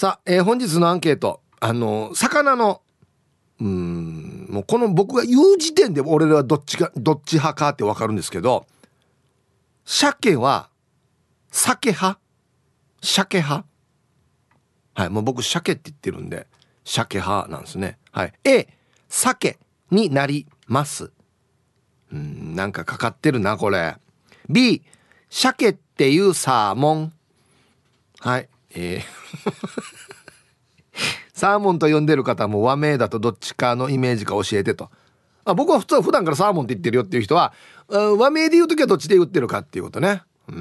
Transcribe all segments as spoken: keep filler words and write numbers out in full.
さあ、えー本日のアンケート、あの魚のうーんもうこの僕が言う時点で俺らはどっちかどっち派かって分かるんですけど、鮭は鮭派鮭派、はい、もう僕鮭って言ってるんで鮭派なんですね。はい。 A 鮭になります。うーんなんかかかってるなこれ。 B 鮭っていうサーモン。はい、えーサーモンと呼んでる方も和名だとどっちかのイメージか教えてと。あ、僕は普通は普段からサーモンって言ってるよっていう人は、うん、和名で言うときはどっちで言ってるかっていうことね。うん。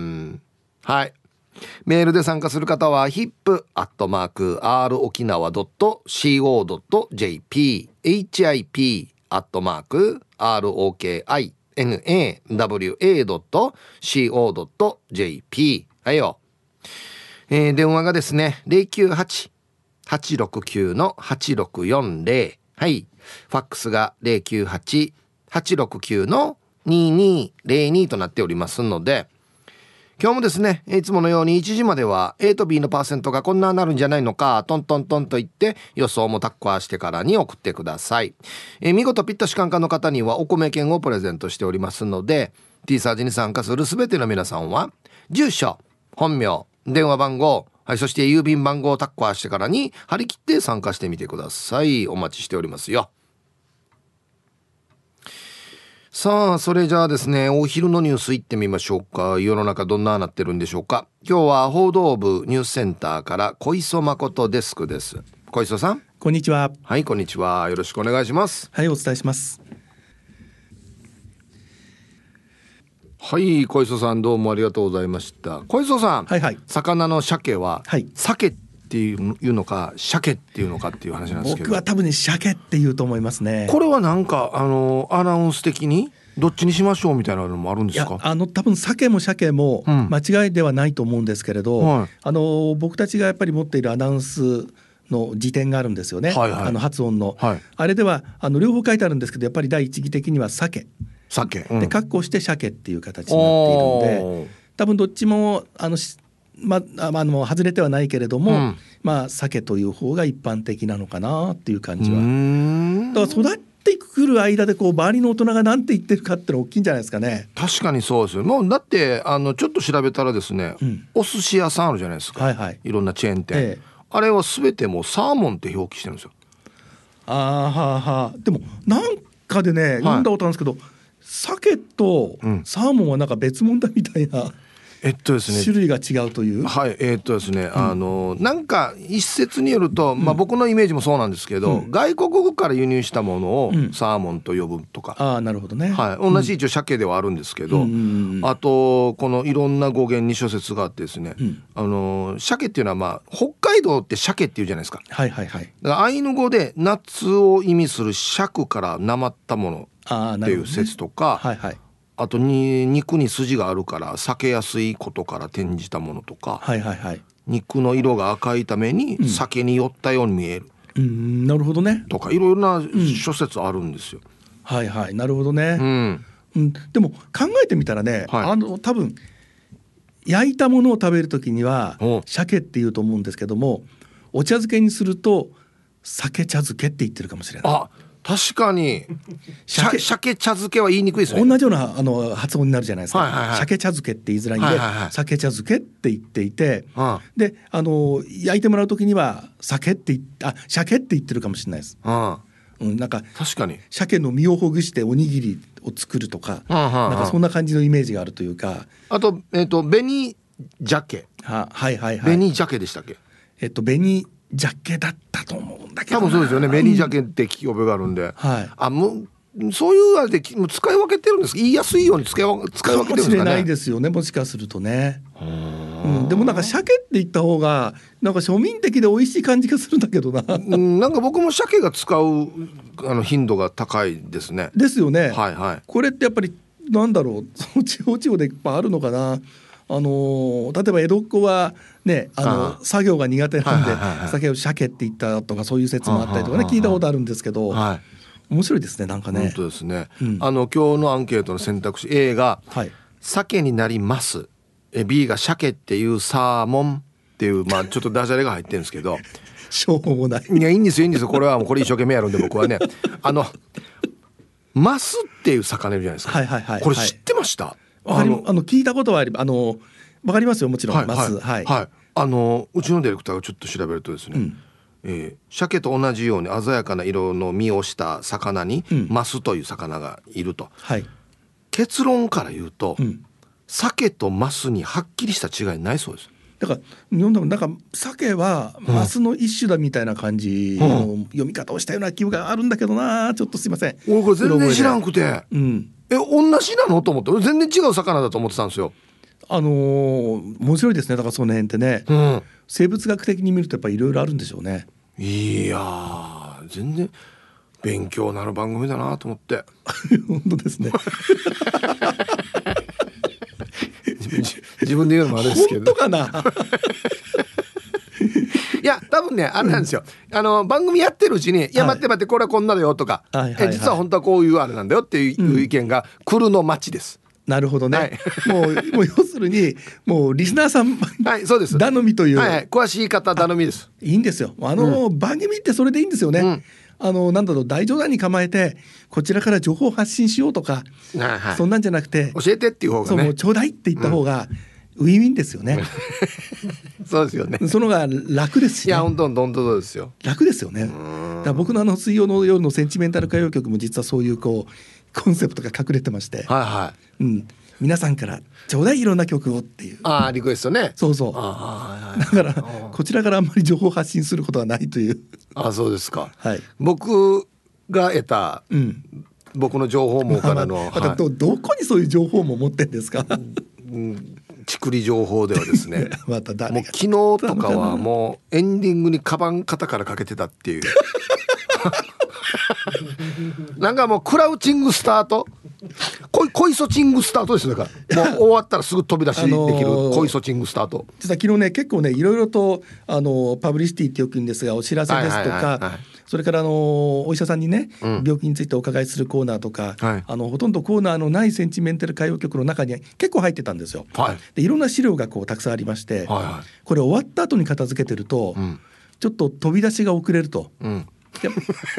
はい。メールで参加する方は ヒップ アットマーク アール 沖縄 ドット シーオー ドット ジェーピー ヒップ アットマーク アール オーケーアイエヌエーダブリューエー ドット シーオー ドット ジェーピー はいよ。えー、電話がですね ゼロきゅうはち はちろくきゅう のはちろくよんゼロ、はい。ファックスが ゼロきゅうはち はちろくきゅう のににゼロにとなっておりますので、今日もですね、いつものようにいちじまでは A と B のパーセントがこんななるんじゃないのかトントントンと言って予想もタッカーしてからに送ってください。えー見事ピッタシカンカンの方にはお米券をプレゼントしておりますので、 T サージに参加するすべての皆さんは住所、本名、電話番号、はい、そして郵便番号をタッカーしてからに張り切って参加してみてください。お待ちしておりますよ。さあ、それじゃあですね、お昼のニュース行ってみましょうか。世の中どんななってるんでしょうか。今日は報道部ニュースセンターから小磯誠デスクです。小磯さん。 こんにちは。 はい、こんにちは。よろしくお願いします。 はい、お伝えします。 はい、小磯さんどうもありがとうございました。小磯さん、 はいはい。 魚の鮭は、 はい。 鮭っていうのか鮭っていうのかっていう話なんですけど、 僕は多分ね、鮭って言うと思いますね。 これはなんかあのアナウンス的にどっちにしましょうみたいなのもあるんでいや、 すか。 あの多分鮭も鮭もうん間違いではないと思うんですけれど、 はいあの僕たちがやっぱり持っているアナウンスの辞典があるんですよね。 はいはいあの発音の、 はい、 あれではあの両方書いてあるんですけど、やっぱり第一義的には鮭鮭、うん、 で括弧して鮭っていう形になっているので、多分どっちもあのしまあ、あの外れてはないけれども、 うんまあ鮭という方が一般的なのかなっていう感じは。 うーんだから育ってくる間でこう周りの大人が何て言ってるかってのは大きいんじゃないですかね。 確かにそうですよ。もうだってあのちょっと調べたらですね、 うん、 お寿司屋さんあるじゃないですか、 はいはい、 いろんなチェーン店、 ええ、 あれは全てもうサーモンって表記してるんですよ。 あーはーはーでもなんかでね読んだことあるんですけど、鮭とサーモンはなんか別物だみたいな、 えっとですね、 種類が違うという。 はいえー、っとですね、 んあのなんか一説によると、まあ、僕のイメージもそうなんですけど、 うん外国語から輸入したものをうんサーモンと呼ぶとか、 ああなるほどね。 はい、同じ一応鮭ではあるんですけど、 うんうんうん、 あとこのいろんな語源に諸説があってですね、 うんあの鮭っていうのは、まあ、北海道って鮭っていうじゃないですか。 はいはいはい。 だからアイヌ語で夏を意味する尺からなまったものっていうあーなるほどね。 説とか、 はいはいあとに肉に筋があるから避けやすいことから転じたものとか、 はいはいはい。 肉の色が赤いためにうん酒に寄ったように見えるうんなるほどね。 とか、いろいろな諸説あるんですよ。 はいはいなるほどね。 うんうん、でも考えてみたらね、 はいあの多分焼いたものを食べるときにはお鮭っていうと思うんですけども、お茶漬けにすると鮭茶漬けって言ってるかもしれない。 あ、確かに鮭鮭茶漬けは言いにくいですね。 同じようなあの発音になるじゃないですか、 はいはいはい鮭茶漬けって言いづらいんで、 はいはいはい鮭茶漬けって言っていて、 うんであの焼いてもらうときには鮭って言ってあ鮭って言ってるかもしれないです、 うんうん、なんか確かに鮭の身をほぐしておにぎりを作るとか、 うんうんうんなんかそんな感じのイメージがあるというか。 あと、えっと紅鮭ははいはいはい紅鮭でしたっけ。 えっと紅鮭だったと思うんだけどな。 多分そうですよね。紅鮭って聞き覚えがあるんで、 はいあもうそういうあれできもう使い分けてるんです。言いやすいように使い分使い分けてるんですかね。 かもしれないですよね、もしかするとね。うん、でもなんか鮭って言った方がなんか庶民的で美味しい感じがするんだけどな。 うんなんか僕も鮭が使うあの頻度が高いですね。 ですよね、 はいはい。 これってやっぱりなんだろう、その地方地方でいっぱいあるのかな。あのー例えば江戸っ子はね、あのああ作業が苦手なんで、 はいはいはいはい鮭を鮭って言ったとかそういう説もあったりとかね、 はあはあはあ聞いたことあるんですけど、 はい。 面白いですねなんかね。 本当ですね。 うんあの今日のアンケートの選択肢 A がはい鮭になります。え B が鮭っていうサーモンっっていう、まあちょっとダジャレが入ってるんですけどしょうもない。 いやいいんですよいいんですよ、これはもうこれ一生懸命やるんで僕はねあのマスっていう魚いるじゃないですか、 はいはいはい、 これ知ってました？ わかりあの聞いたことはありあのわかりますよもちろん、 はいマス、 はいはい、 はい、あのうちのディレクターがちょっと調べるとですね、 うんえー鮭と同じように鮮やかな色の身をした魚に、 うんマスという魚がいると。 はい、 結論から言うと、 うん、 鮭とマスにはっきりした違いないそうです。 だから日本でもなんか鮭はマスの一種だみたいな感じの読み方をしたような気があるんだけどな、ちょっとすいません。 俺これ全然知らんくて、 うん、 え同じなのと思って、俺全然違う魚だと思ってたんですよ。 あのー、面白いですね。だからその辺ってね、 うん、 生物学的に見るとやっぱりいろいろあるんでしょうね。 いやー全然勉強になる番組だなと思って本当ですね自分で言うのもあれですけど本当かないや多分ねあれなんですよ、うん、あの番組やってるうちに、はい、いや待って待ってこれはこんなだよとか、はいはいはい、え実は本当はこういうあれなんだよっていう意見が来るの待ちです、 うん、なるほどね、はい、もう、もう要するにもうリスナーさんはいそうです頼みという、 はいはい、詳しい方頼みです。 いいんですよあの、うん、番組ってそれでいいんですよね、うん、あのなんだろう大冗談に構えてこちらから情報を発信しようとか、はいはい、そんなんじゃなくて教えてっていう方がね、 そうもうちょうだいって言った方が、うん、ウィンウィンですよねそうですよね。 その方が楽ですし、ね、 いや本当本当そうですよ。 楽ですよね。だから僕のあの水曜の夜のセンチメンタル歌謡曲も実はそういうこうコンセプトが隠れてまして、 はいはい、 うん、皆さんからちょうだいいろんな曲をっていう、 ああリクエストね。 そうそう、 あだからこちらからあんまり情報発信することはないという。 あそうですか、 はい、 僕が得た、うん、僕の情報網からの、まあまあはい、ど, どこにそういう情報も持ってんですかうん、ちくり情報ではですねまた誰もう昨日とかはもうエンディングにカバン肩からかけてたっていうなんかもうクラウチングスタートコイ、コイソチングスタートですね。だからもう終わったらすぐ飛び出しできるコイソチングスタート。 実は昨日ね結構ねいろいろとあのパブリシティってよく言うんですがお知らせですとか、はいはいはいはい、それからあのお医者さんにね、うん、病気についてお伺いするコーナーとか、はい、あのほとんどコーナーのないセンチメンタル歌謡曲の中に結構入ってたんですよ、はい、でいろんな資料がこうたくさんありまして、はいはい、これ終わった後に片付けてると、うん、ちょっと飛び出しが遅れると、うん、や,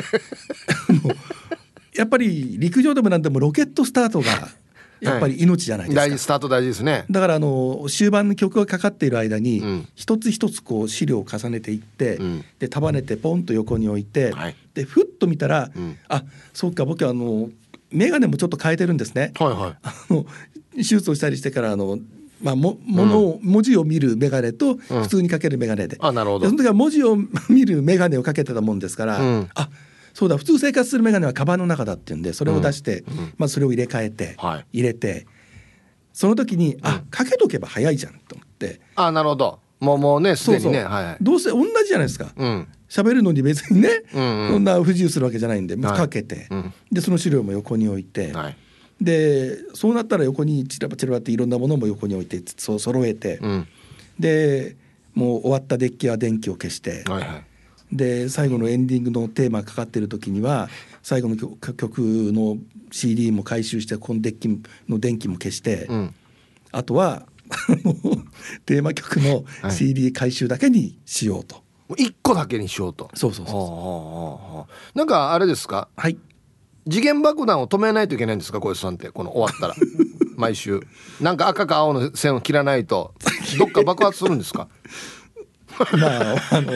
やっぱり陸上でもなんでもロケットスタートがやっぱり命じゃないですか、 はい、大事スタート大事ですね。 だからあの終盤に曲がかかっている間に、うん、一つ一つこう資料を重ねていって、うん、で束ねてポンと横に置いて、はい、でふっと見たら、うん、あそうか僕はあの眼鏡もちょっと変えてるんですね、はいはい、あの手術をしたりしてからあのまあ、もものを文字を見る眼鏡と普通にかける眼鏡で、うん、あなるほど。その時は文字を見る眼鏡をかけてたもんですから、うん、あそうだ普通生活する眼鏡はカバンの中だっていうんでそれを出して、うん、まあ、それを入れ替えて、はい、入れてその時に、うん、あかけとけば早いじゃんと思って、 あなるほどもうもうねすでにね、 そうそう、はいはい、どうせ同じじゃないですか、喋、うん、るのに別にね、うんうん、そんな不自由するわけじゃないんで、まあ、かけて、はい、でその資料も横に置いて、はい、でそうなったら横にチラパチラパっていろんなものも横に置いてそう揃えて、うん、でもう終わったデッキは電気を消して、はいはい、で最後のエンディングのテーマがかかってる時には最後の 曲, 曲の シーディー も回収してこのデッキの電気も消して、うん、あとはテーマ曲の シーディー 回収だけにしようと、 はい、いっこだけにしようと。 そうそうそうそう。 なんかあれですか、 はい、 次元爆弾を止めないといけないんですか小石さんって。この終わったら毎週なんか赤か青の線を切らないとどっか爆発するんですかまああの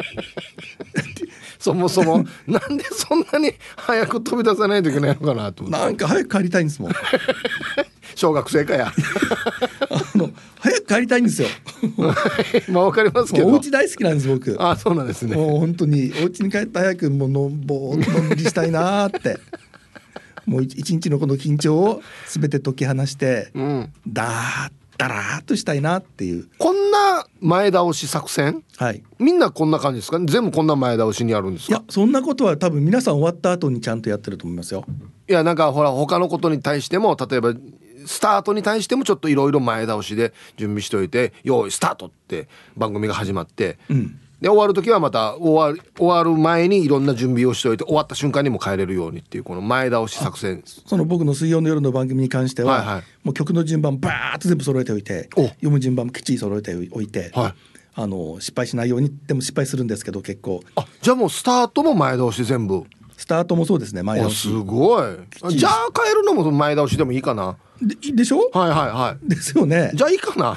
そもそもなんでそんなに早く飛び出さないといけないのかなと思って。 なんか早く帰りたいんですもん小学生かやあの早く帰りたいんですよまあわかりますけどお家大好きなんです僕。 あそうなんですね。 もう本当にお家に帰って早くもうのぼーっとのんびりしたいなってもう一日のこの緊張を全て解き放して、うん、だーだらーっとしたいなっていう。 こんな前倒し作戦、はい、みんなこんな感じですか、ね、全部こんな前倒しにやるんですか。 いやそんなことは多分皆さん終わった後にちゃんとやってると思いますよ。 いやなんかほら他のことに対しても例えばスタートに対してもちょっといろいろ前倒しで準備しておいて用意スタートって番組が始まって、うん、で終わる時はまた終わる、終わる前にいろんな準備をしておいて終わった瞬間にも帰れるようにっていうこの前倒し作戦。 その僕の水曜の夜の番組に関しては、はいはい、もう曲の順番バーッと全部揃えておいて読む順番もきっちり揃えておいて、はい、 あの失敗しないようにでも失敗するんですけど結構。 あ、じゃあもうスタートも前倒し全部。 スタートもそうですね、前倒し。 すごい。じゃあ変えるのも前倒しでもいいかな。 で, でしょ。 はいはいはい。 ですよね。 じゃあいいかな。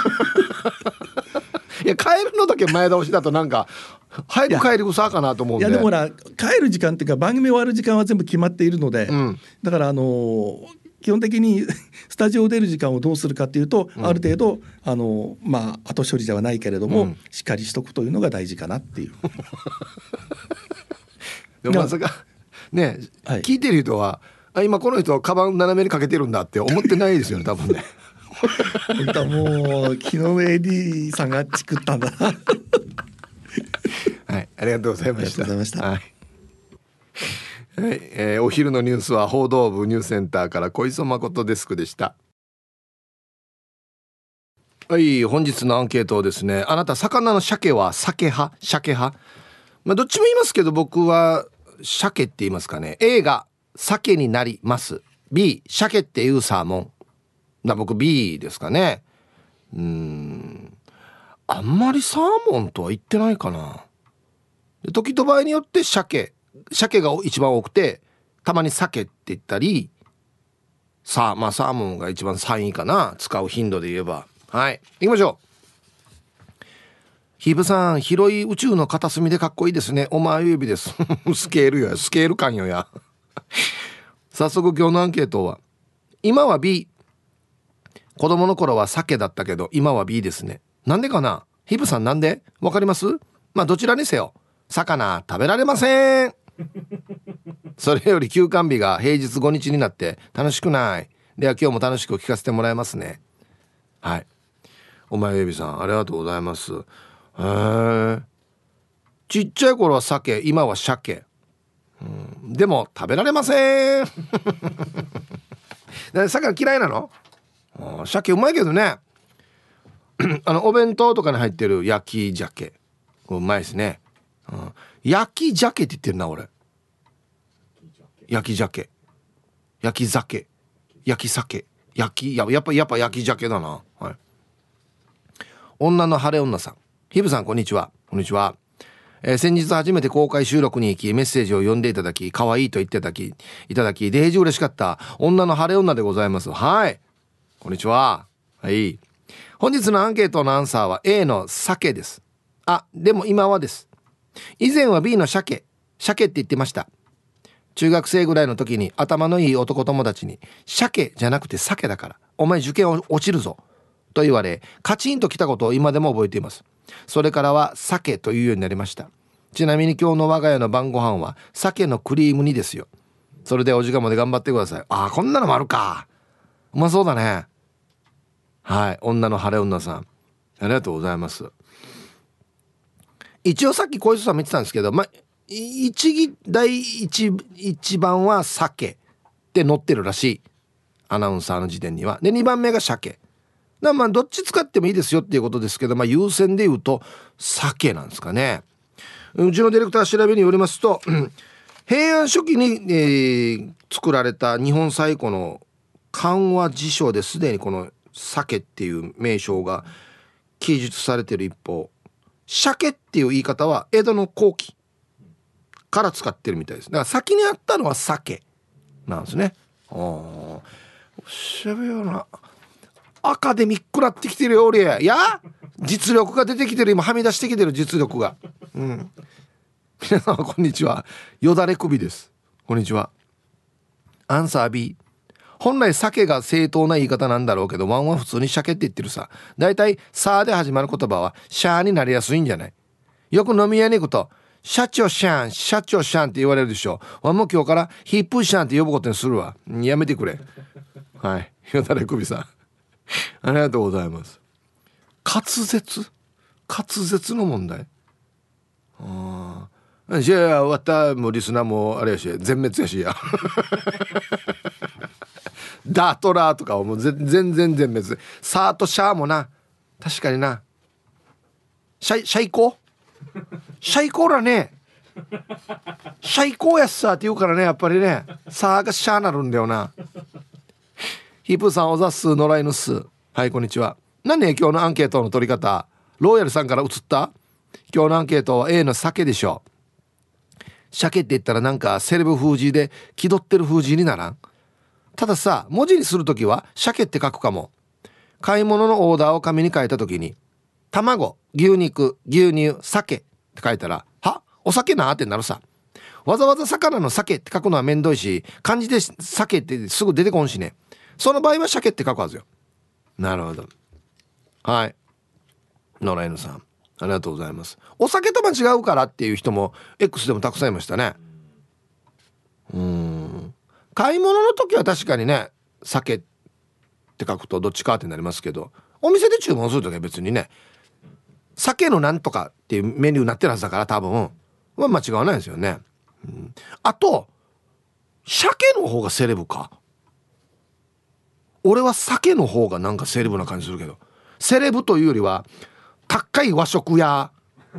いや変えるのだけ前倒しだとなんか早く帰り草かなと思うんで。 いやでもほら帰る時間っていうか番組終わる時間は全部決まっているので、うん、だからあのー、基本的にスタジオを出る時間をどうするかっていうと、うん、ある程度あのー、まあ後処理ではないけれども、うん、しっかりしとくというのが大事かなっていう。 でもまさかね、はい、聞いてる人はあ今この人カバン斜めにかけてるんだって思ってないですよね多分ね。 本当はもう木の上 エーディー さんがチクったんだな。 はい、ありがとうございました。 ありがとうございました。 はい、はいえー、お昼のニュースは報道部ニュースセンターから小磯誠デスクでした。はい、本日のアンケートをですね、あなた魚の鮭は鮭派鮭派、まあ、どっちも言いますけど僕は鮭って言いますかね。 A が鮭になります、 B 鮭っていうサーモンだ。僕 B ですかね。うーんあんまりサーモンとは言ってないかな。時と場合によって鮭鮭が一番多くてたまに鮭って言ったりさあまあサーモンが一番さんいかな、使う頻度で言えば。はい行きましょう。ヒブさん、広い宇宙の片隅でかっこいいですね。お前指ですスケールよスケール感よや早速今日のアンケートは今は B。 子供の頃は鮭だったけど今は B ですね。なんでかな。ヒブさんなんでわかります？まあどちらにせよ魚食べられませんそれより休館日が平日ごにちになって楽しくない。では今日も楽しく聞かせてもらいますね。はい、お前指さんありがとうございます。へー、ちっちゃい頃は鮭今は鮭、うん、でも食べられません魚嫌いなの？鮭うまいけどねあのお弁当とかに入ってる焼き鮭うまいですね、うん、焼き鮭って言ってるな俺。焼き鮭焼き鮭焼き鮭焼きややっぱやっぱ焼き鮭だな。はい、女の晴れ女さん、ヒブさんこんにちは。こんにちは。えー、先日初めて公開収録に行きメッセージを読んでいただき可愛いと言っていただきいただきデージ嬉しかった女の晴れ女でございます。はいこんにちは。はい、本日のアンケートのアンサーは A の鮭です。あでも今はです。以前は B の鮭鮭って言ってました。中学生ぐらいの時に頭のいい男友達に鮭じゃなくて鮭だからお前受験落ちるぞと言われカチンときたことを今でも覚えています。それからは鮭というようになりました。ちなみに今日の我が家の晩ご飯は鮭のクリーム煮ですよ。それでお時間まで頑張ってください。あーこんなのもあるか。うまそうだね。はい女の晴れ女さんありがとうございます。一応さっき小磯さんも言ってたんですけどまあ一義第 一, 一番は鮭って載ってるらしいアナウンサーの時点には。でにばんめが鮭だ。まあどっち使ってもいいですよっていうことですけど、まあ優先で言うと鮭なんですかね。うちのディレクター調べによりますと平安初期に、えー、作られた日本最古の漢和辞書ですでにこの鮭っていう名称が記述されている一方、鮭っていう言い方は江戸の後期から使ってるみたいです。だから先にあったのは鮭なんですね。ああしゃべよなアカデミックなってきてるよ俺。いや実力が出てきてる。今はみ出してきてる実力が。うん皆様こんにちは。よだれ首です。こんにちは。アンサー B。 本来鮭が正当な言い方なんだろうけどワンは普通に鮭って言ってるさ。だいたいさあで始まる言葉はシャーになりやすいんじゃない。よく飲み屋に行くと社長シャン社長シャンって言われるでしょ。ワンも今日からヒップシャンって呼ぶことにするわ。やめてくれ。はいよだれ首さんありがとうございます。滑舌滑舌の問題。ああじゃあわたもリスナーもあれやし全滅やしやダートラーとかはもう全然全滅。サーとシャーもな確かになシャイシャイコシャイコーらねシャイコーやっさって言うからねやっぱりねサーがシャーなるんだよな。ヒープーさんおざっす野良犬っす。はいこんにちは。何ね今日のアンケートの取り方ローヤルさんから移った今日のアンケートは A の鮭でしょう。鮭って言ったらなんかセレブ風字で気取ってる風字にならん。たださ、文字にするときは鮭って書くかも。買い物のオーダーを紙に書いたときに卵、牛肉、牛乳、鮭って書いたらはお酒なーってなるさ。わざわざ魚の鮭って書くのはめんどいし、漢字で鮭ってすぐ出てこんしね。その場合は鮭って書くはずよ。なるほど。はい、野良犬さんありがとうございます。お酒と間違うからっていう人も X でもたくさんいましたね。うーん、買い物の時は確かにね酒って書くとどっちかってなりますけど、お店で注文する時は別にね酒のなんとかっていうメニューになってるはずだから多分は間違わないですよね。うん、あと鮭の方がセレブか。俺は酒の方がなんかセレブな感じするけど、セレブというよりは高い和食屋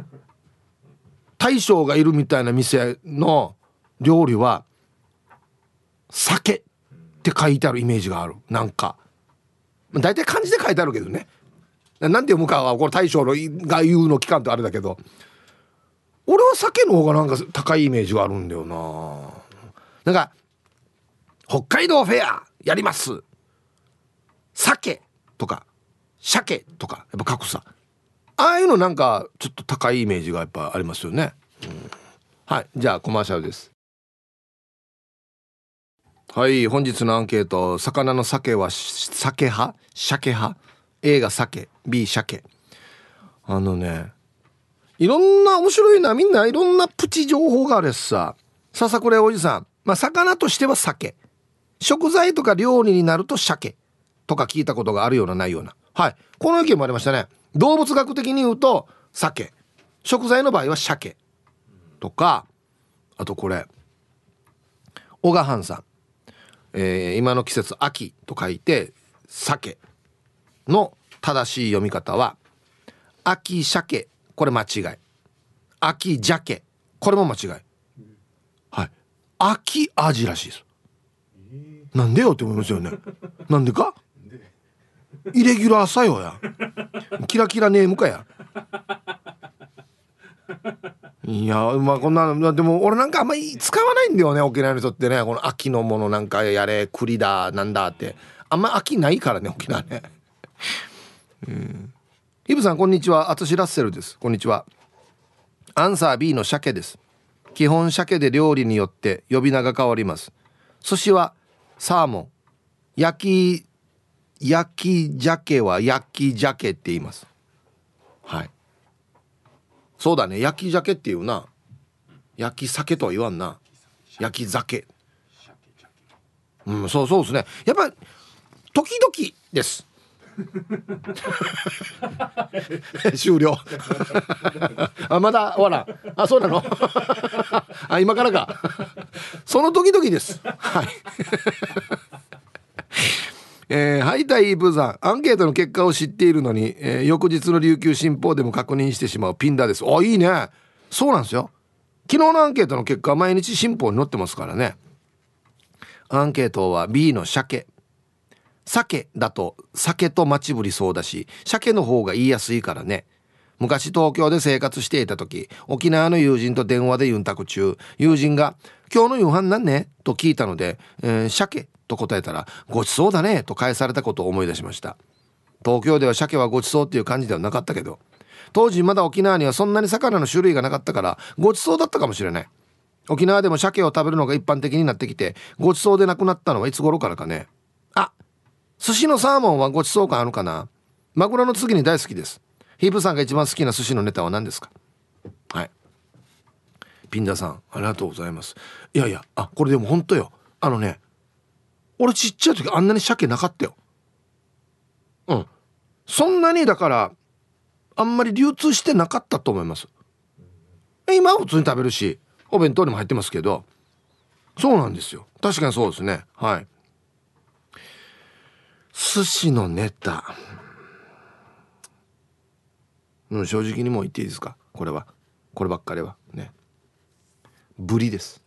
大将がいるみたいな店の料理は酒って書いてあるイメージがある。なんかだいたい漢字で書いてあるけどね、なんて読むかはこれ大将のが言うの期間とあれだけど、俺は酒の方がなんか高いイメージがあるんだよな。なんか北海道フェアやります酒とか鮭とかやっぱ書くさ。ああいうのなんかちょっと高いイメージがやっぱありますよね。うん、はい、じゃあコマーシャルです。はい、本日のアンケート、魚の鮭は鮭派鮭派 A が鮭 B 鮭。あのねいろんな面白いな、みんないろんなプチ情報があるしさ。ささくれおじさん、まあ魚としては鮭、食材とか料理になると鮭とか聞いたことがあるようなないような。はい、この意見もありましたね。動物学的に言うと鮭、食材の場合は鮭とか、あとこれ小賀藩さん、えー、今の季節秋と書いて鮭の正しい読み方は秋鮭、これ間違い。秋鮭、これも間違い。はい、秋味らしいです。なんでよって思いますよね。なんでかイレギュラー作用やキラキラネームかや。いやまあこんなのでも俺なんかあんまり使わないんだよね、沖縄の人ってね。この秋のものなんかやれ栗だなんだってあんま秋ないからね沖縄ね。うん、ヒブさんこんにちは、アツシラッセルです。こんにちは。アンサー B の鮭です。基本鮭で料理によって呼び名が変わります。寿司はサーモン、焼き焼き鮭は焼き鮭って言います。はい、そうだね、焼き鮭っていうな。焼き鮭とは言わんな、焼き鮭。うん、そうそうですね。やっぱ時々です終了あまだほらあそうなのあ今からかその時々ですはいえー、はい、大ブザンアンケートの結果を知っているのに、えー、翌日の琉球新報でも確認してしまうピンダです。あ、いいね。そうなんですよ。昨日のアンケートの結果は毎日新報に載ってますからね。アンケートは B の鮭。鮭だと酒と待ちぶりそうだし、鮭の方が言いやすいからね。昔東京で生活していた時、沖縄の友人と電話でユンタク中、友人が今日の夕飯なんねと聞いたので、えー、鮭と答えたらごちそうだねと返されたことを思い出しました。東京では鮭はごちそうっていう感じではなかったけど、当時まだ沖縄にはそんなに魚の種類がなかったからごちそうだったかもしれない。沖縄でも鮭を食べるのが一般的になってきて、ごちそうでなくなったのはいつ頃からかね。あ、寿司のサーモンはごちそう感あるかな。マグロの次に大好きです。ヒープさんが一番好きな寿司のネタは何ですか。はい、ピンダさんありがとうございます。いやいや、あ、これでも本当よ。あのね、俺ちっちゃい時あんなに鮭なかったよ。うん、そんなにだからあんまり流通してなかったと思います。今は普通に食べるしお弁当にも入ってますけど、そうなんですよ。確かにそうですね。はい。寿司のネタ、うん、正直にもう言っていいですか。これはこればっかりはね、ブリです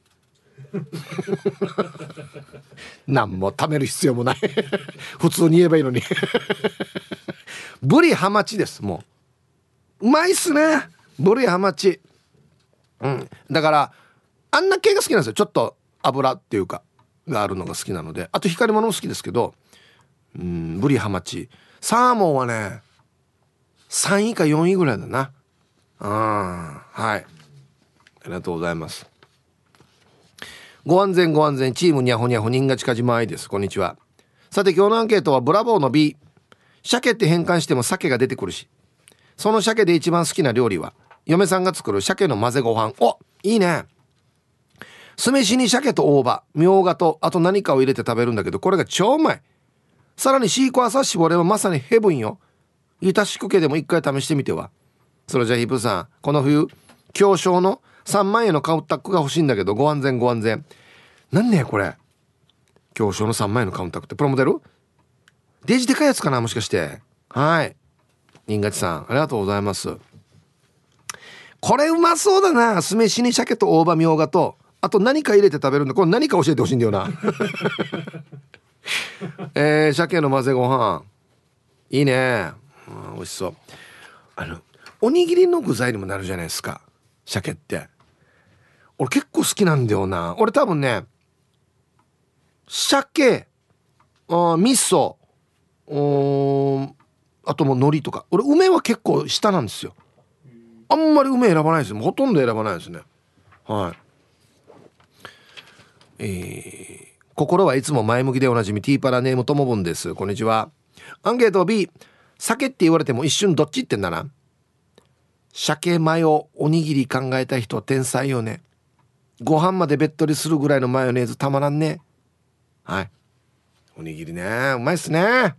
何も貯める必要もない普通に言えばいいのにブリハマチです。もうまいっすねブリハマチ。うんだからあんな系が好きなんですよ。ちょっと油っていうかがあるのが好きなので。あと光り物も好きですけど、うんブリハマチ。サーモンはねさんいかよんいぐらいだな。うんはいありがとうございます。ご安全ご安全チームニャホニャホ人が近島愛です。こんにちは。さて今日のアンケートはブラボーの B。 鮭って変換しても鮭が出てくるし、その鮭で一番好きな料理は嫁さんが作る鮭の混ぜご飯。おいいね。酢飯に鮭と大葉みょうがとあと何かを入れて食べるんだけど、これが超うまい。さらにシークワーサー絞ればまさにヘブンよ。いたしくけでも一回試してみては。それじゃあヒップさん、この冬強小のさんまんえんのカウンタックが欲しいんだけど、ご安全ご安全。なんねこれ強小のさんまんえんのカウンタックってプロモデルデジでかいやつかなもしかして。はい新勝さんありがとうございます。これうまそうだな。酢飯に鮭と大葉みょうがとあと何か入れて食べるんだ。これ何か教えてほしいんだよなえー、鮭の混ぜご飯いいね。うん美味しそう。あのおにぎりの具材にもなるじゃないですか鮭って。俺結構好きなんだよな。俺多分ね鮭あ味噌うんあともう海苔とか。俺梅は結構下なんですよ。あんまり梅選ばないですよ。ほとんど選ばないですね。はいえー、心はいつも前向きでおなじみティーパラネームともぶんです。こんにちは。アンケート B。 鮭って言われても一瞬どっちってんだな。鮭マヨおにぎり考えた人は天才よね。ご飯までべっとりするぐらいのマヨネーズたまらんね。はいおにぎりねうまいっすね。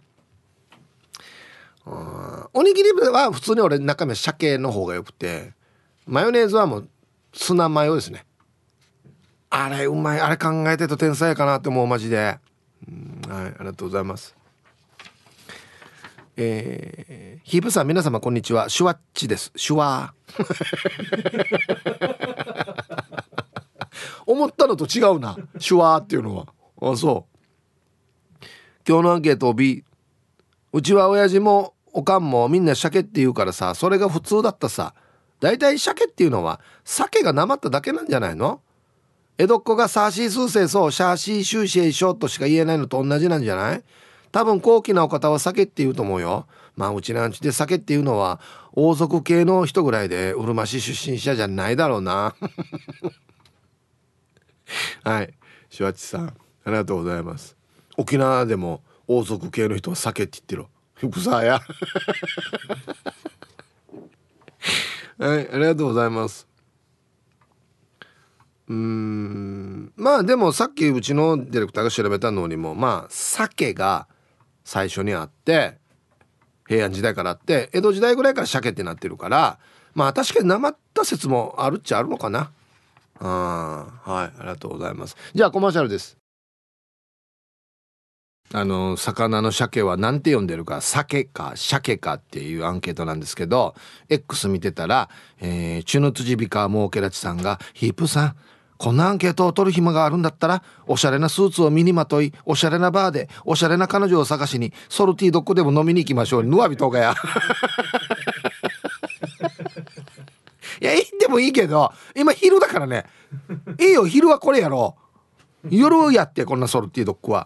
おにぎりは普通に俺中身は鮭の方がよくて、マヨネーズはもうツナマヨですね。あれうまい。あれ考えてると天才かなって思うマジで。うんはいありがとうございます。えー、ヒープさん皆様こんにちは。シュワッチです。シュワー思ったのと違うなシュワーっていうのは。あそう今日のアンケートを B。 うちは親父もおかんもみんな鮭って言うからさ、それが普通だったさ。だいたい鮭っていうのは鮭がなまっただけなんじゃないの。江戸っ子がサーシースーセーソーシャーシーシューシェイショーとしか言えないのと同じなんじゃない。多分高貴なお方は鮭って言うと思うよ。まあうちなんちで鮭っていうのは王族系の人ぐらいでうるま市出身者じゃないだろうなはいシュワッチさんありがとうございます。沖縄でも王族系の人は鮭って言ってるふくさやはいありがとうございます。うーんまあでもさっきうちのディレクターが調べたのにもまあ鮭が最初にあって平安時代からあって江戸時代ぐらいから鮭ってなってるから、まあ確かになまった説もあるっちゃあるのかな。あはいありがとうございます。じゃあコマーシャルです。あの魚の鮭は何て呼んでるか鮭か鮭かっていうアンケートなんですけど X 見てたら、えー、チュヌツジビカモーケラチさんがヒープさんこんなアンケートを取る暇があるんだったらおしゃれなスーツを身にまといおしゃれなバーでおしゃれな彼女を探しにソルティードッグでも飲みに行きましょう。ぬわびとかやいやいいでもいいけど今昼だからね。いいよ昼はこれやろう。夜やってこんなソルティードッグは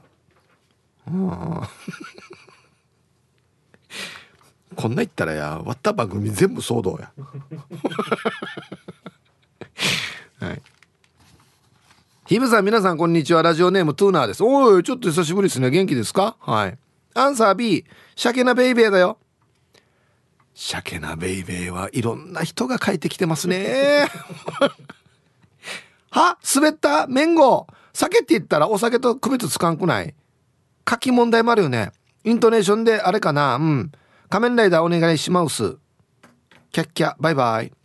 こんな言ったらや割った番組全部騒動やはいヒブさん皆さんこんにちは。ラジオネームトゥーナーです。おいちょっと久しぶりですね。元気ですか。はいアンサー B。 鮭なベイベーだよ。鮭なベイベーはいろんな人が書いてきてますねは滑ったメンゴー鮭って言ったらお酒と区別つかんくない。書き問題もあるよね。イントネーションであれかな。うん仮面ライダーお願いします。キャッキャバイバイ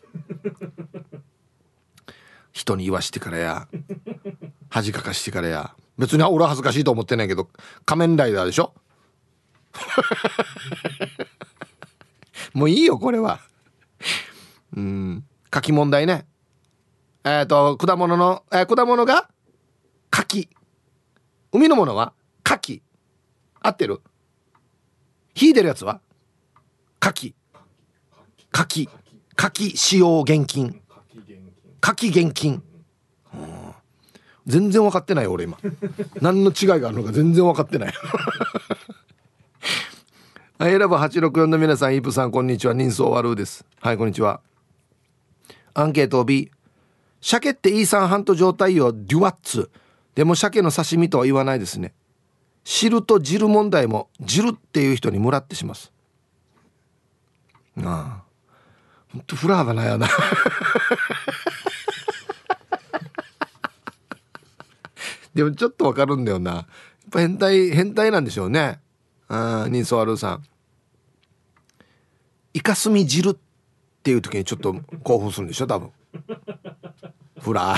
人に言わしてからや恥かかしてからや。別に俺は恥ずかしいと思ってないけど仮面ライダーでしょもういいよこれは。うん書き問題ね。えっと果物の、えー、果物が柿、海のものは牡蠣。合ってる。火出るやつは牡蠣。牡蠣牡蠣使用現金、牡蠣現金、うん、全然分かってない俺今何の違いがあるのか全然分かってないはい、選ぶはちろくよんの皆さん、イープさんこんにちは、人相悪うです。はい、こんにちは。アンケート B、 鮭ってイーサンハント状態よ、デュワッツ。でも鮭の刺身とは言わないですね。汁と汁問題も汁っていう人にムラってします。ああ、ほんとフラーだなやなでもちょっとわかるんだよな、やっぱ変態変態なんでしょうね。ああ、人相悪うさん、イカスミ汁っていう時にちょっと興奮するんでしょ多分。フラー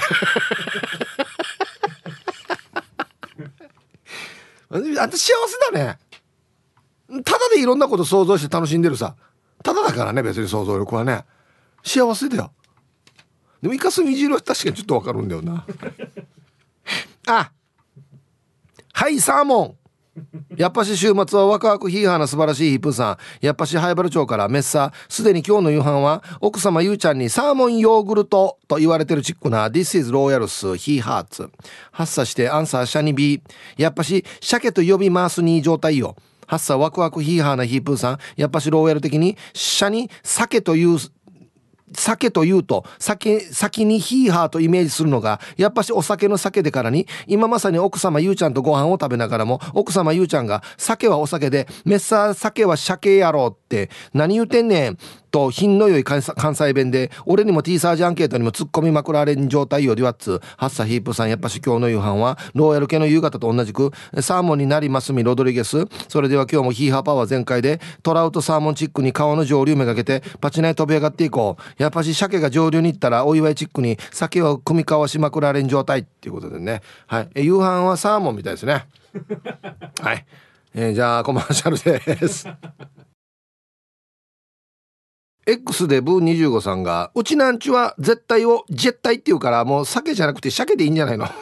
あんた幸せだね。ただでいろんなこと想像して楽しんでるさ。ただだからね、別に想像力はね。幸せだよ。でもイカスミ汁は確かにちょっとわかるんだよなあ、はい、サーモン。やっぱし週末はワクワクヒーハーな素晴らしいヒップさん。やっぱし灰原町からメッサ、すでに今日の夕飯は奥様ゆうちゃんにサーモンヨーグルトと言われてるチックな This is Royals ヒーハーツ。発作してアンサーシャニビー。やっぱし鮭と呼び回すに状態よ。発作ワクワクヒーハーなヒープーさん。やっぱしローヤル的にシャに鮭という酒というと酒先にヒーハーとイメージするのがやっぱしお酒の酒でからに、今まさに奥様ゆうちゃんとご飯を食べながらも奥様ゆうちゃんが酒はお酒でメッサー酒は鮭やろうって何言うてんねんと品の良い関西弁で俺にも T サージアンケートにも突っ込みまくられん状態よ。デュワッツハッサヒープさん。やっぱし今日の夕飯はローヤル系の夕方と同じくサーモンになりますみロドリゲス。それでは今日もヒーハーパワー全開でトラウトサーモンチックに川の上流めがけてパチナイ飛び上がっていこう。やっぱし鮭が上流に行ったらお祝いチックに酒を組み交わしまくられん状態っていうことでね。はい、え夕飯はサーモンみたいですねはい、えー、じゃあコマーシャルですX でブーにじゅうごさんがうちなんちは絶対を絶対って言うからもう鮭じゃなくて鮭でいいんじゃないの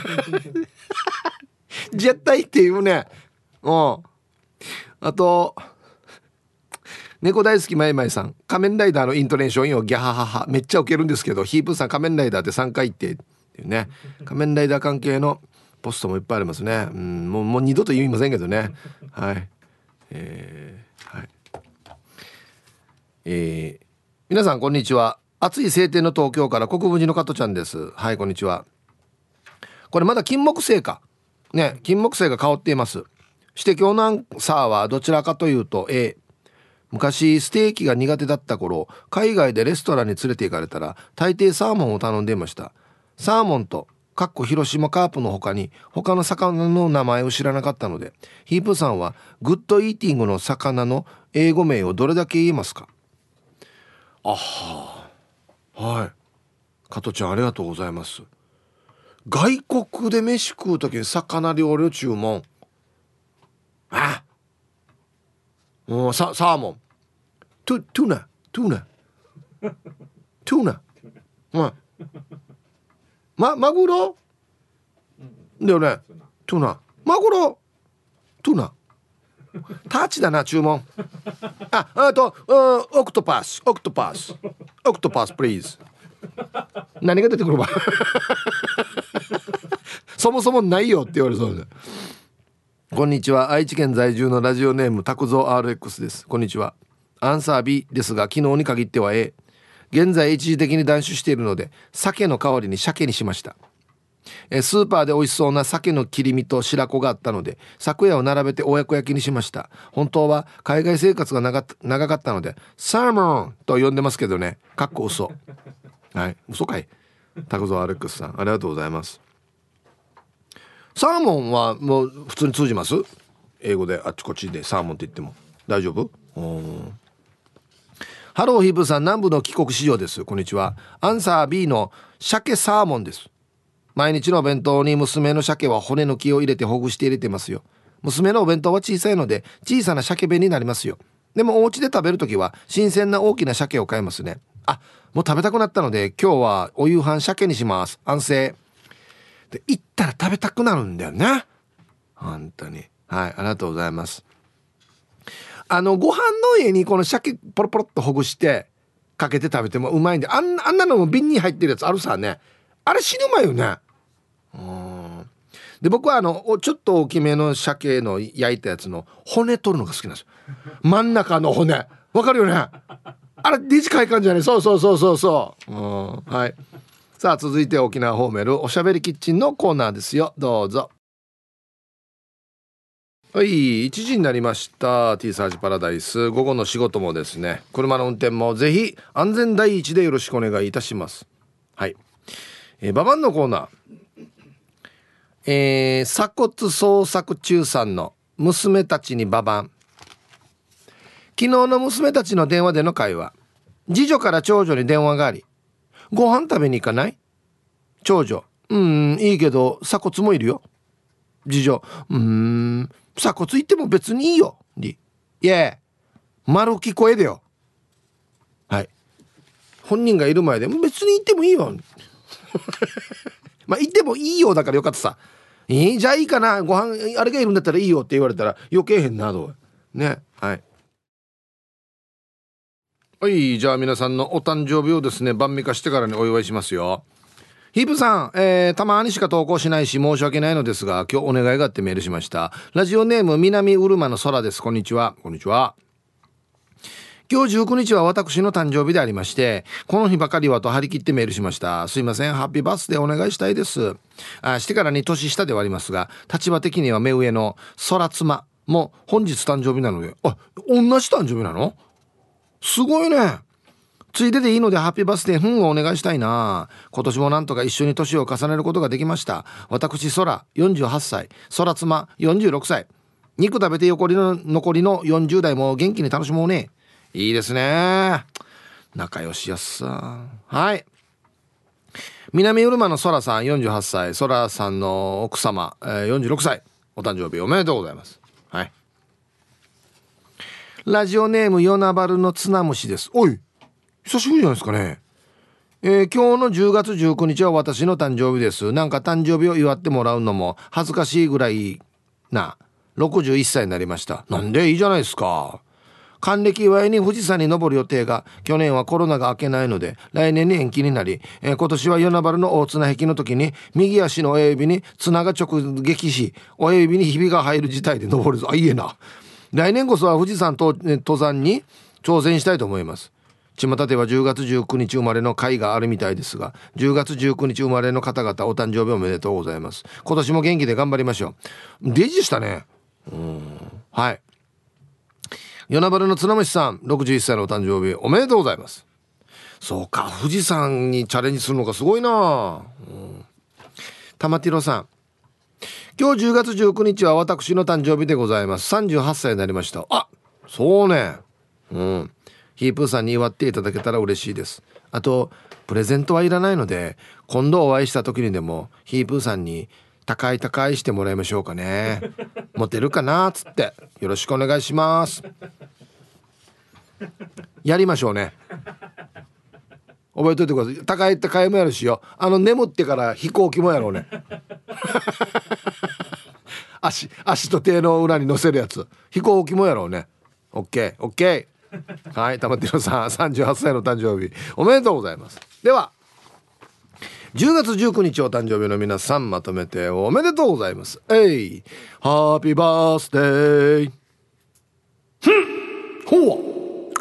絶対っていうね。うん。あと猫大好きまいまいさん、仮面ライダーのイントネーションよギャハハハめっちゃウケるんですけどヒープーさん仮面ライダーってさんかいってっていうね。仮面ライダー関係のポストもいっぱいありますね。うんもう、もう二度と言いませんけどね。はいえー、はいえー、皆さんこんにちは。暑い晴天の東京から国分寺の加トちゃんです。はいこんにちは。これまだ金木犀かね、金木犀が香っています。して今日のアンサーはどちらかというと A。 昔ステーキが苦手だった頃海外でレストランに連れて行かれたら大抵サーモンを頼んでいました。サーモンとかっこ広島カープの他に他の魚の名前を知らなかったので、ヒープさんはグッドイーティングの魚の英語名をどれだけ言えますか？あははい、加トちゃんありがとうございます。外国で飯食うときに魚料理を注文。あもうササーモントゥトゥナトゥナトゥナうんまマグロだよね。トゥナマグロトゥナタッチだな注文。ああとオクトパスオクトパスオクトパスプリーズ。何が出てくるわそもそもないよって言われそうで。こんにちは。愛知県在住のラジオネームタクゾ アールエックス です。こんにちは。アンサー B ですが昨日に限っては A。 現在一時的に断酒しているので鮭の代わりに鮭にしました。えスーパーで美味しそうな鮭の切り身と白子があったので昨夜を並べて親子焼きにしました。本当は海外生活が長長かったのでサーモンと呼んでますけどね、かっこ嘘。はい嘘かい。タクゾ アールエックス さんありがとうございます。サーモンはもう普通に通じます？英語であっちこっちでサーモンって言っても大丈夫？ハローヒープさん、南部の帰国子女です。こんにちは。アンサー B の鮭サーモンです。毎日のお弁当に娘の鮭は骨抜きを入れてほぐして入れてますよ。娘のお弁当は小さいので小さな鮭弁になりますよ。でもお家で食べるときは新鮮な大きな鮭を買いますね。あ、もう食べたくなったので今日はお夕飯鮭にします。安静で行ったら食べたくなるんだよね本当に。はい、ありがとうございます。あのご飯の上にこの鮭ポロポロっとほぐしてかけて食べてもうまいんで、あんあんなのも瓶に入ってるやつあるさね。あれ死ぬまいよね。うん。で僕はあのちょっと大きめの鮭の焼いたやつの骨取るのが好きなんですよ。真ん中の骨わかるよね。あれデジ快感じゃね。そうそうそうそうそう、うん、はい。さあ続いて沖縄ホーメルおしゃべりキッチンのコーナーですよ。どうぞ。はい、いちじになりました。 T サージパラダイス、午後の仕事もですね、車の運転もぜひ安全第一でよろしくお願いいたします。はい、えー、ババンのコーナー、えー、鎖骨捜索中さんの娘たちにババン。昨日の娘たちの電話での会話、次女から長女に電話があり、ご飯食べに行かない？長女、うーんいいけど鎖骨もいるよ。次女、うーん鎖骨行っても別にいいよ。いや丸聞こえでよ。はい、本人がいる前で別に行ってもいいよまあ行ってもいいよだからよかったさ。いいじゃあいいかな、ご飯あれがいるんだったらいいよって言われたら余計変などうね。はいはい、じゃあ皆さんのお誕生日をですね晩御飯してからにお祝いしますよ。ヒープさん、えー、たまにしか投稿しないし申し訳ないのですが、今日お願いがあってメールしました。ラジオネーム南うるまの空です。こんにちは。こんにちは。今日じゅうくにちは私の誕生日でありまして、この日ばかりはと張り切ってメールしました。すいません、ハッピーバースデーお願いしたいです。あしてからに年下ではありますが、立場的には目上の空妻も本日誕生日なので、あ、同じ誕生日なの？すごいね。ついででいいのでハッピーバースデーふんをお願いしたいな。今年もなんとか一緒に年を重ねることができました。私空よんじゅうはっさい、空妻よんじゅうろくさい。肉食べて残りの残りのよんじゅう代も元気に楽しもうね。いいですね、仲良しやっさ。はい、南うるまの空さんよんじゅうはっさい、空さんの奥様、えー、よんじゅうろくさい、お誕生日おめでとうございます。はい、ラジオネームヨナバルのツナムシです。おい久しぶりじゃないですかね。えー、今日のじゅうがつじゅうくにちは私の誕生日です。なんか誕生日を祝ってもらうのも恥ずかしいぐらいなろくじゅういっさいになりました。なんでいいじゃないですか。還暦祝いに富士山に登る予定が去年はコロナが明けないので来年に延期になり、えー、今年は与那原の大綱壁の時に右足の親指に綱が直撃し親指にひびが入る事態で登るぞ。あ、いいえな。来年こそは富士山と登山に挑戦したいと思います。巷ではじゅうがつじゅうくにち生まれの会があるみたいですが、じゅうがつじゅうくにち生まれの方々お誕生日おめでとうございます。今年も元気で頑張りましょう。デジしたね。うん、はい、与那原の綱虫さんろくじゅういっさいのお誕生日おめでとうございます。そうか、富士山にチャレンジするのがすごいな。うん、玉ティロさん、今日じゅうがつじゅうくにちは私の誕生日でございます。さんじゅうはっさいになりました。あ、そうね。うん、ヒープーさんに祝っていただけたら嬉しいです。あとプレゼントはいらないので今度お会いした時にでもヒープーさんに高い高いしてもらいましょうかね。モテるかなっつってよろしくお願いします。やりましょうね。覚えといてください。高い高いもやるしよ、あの眠ってから飛行機もやろうね。足足と手の裏に乗せるやつ飛行機もやろうね。オッケーオッケー。はい、玉城さんさんじゅうはっさいの誕生日おめでとうございます。ではじゅうがつじゅうくにちお誕生日の皆さんまとめておめでとうございます。えいハッピーバースデー。ふんほう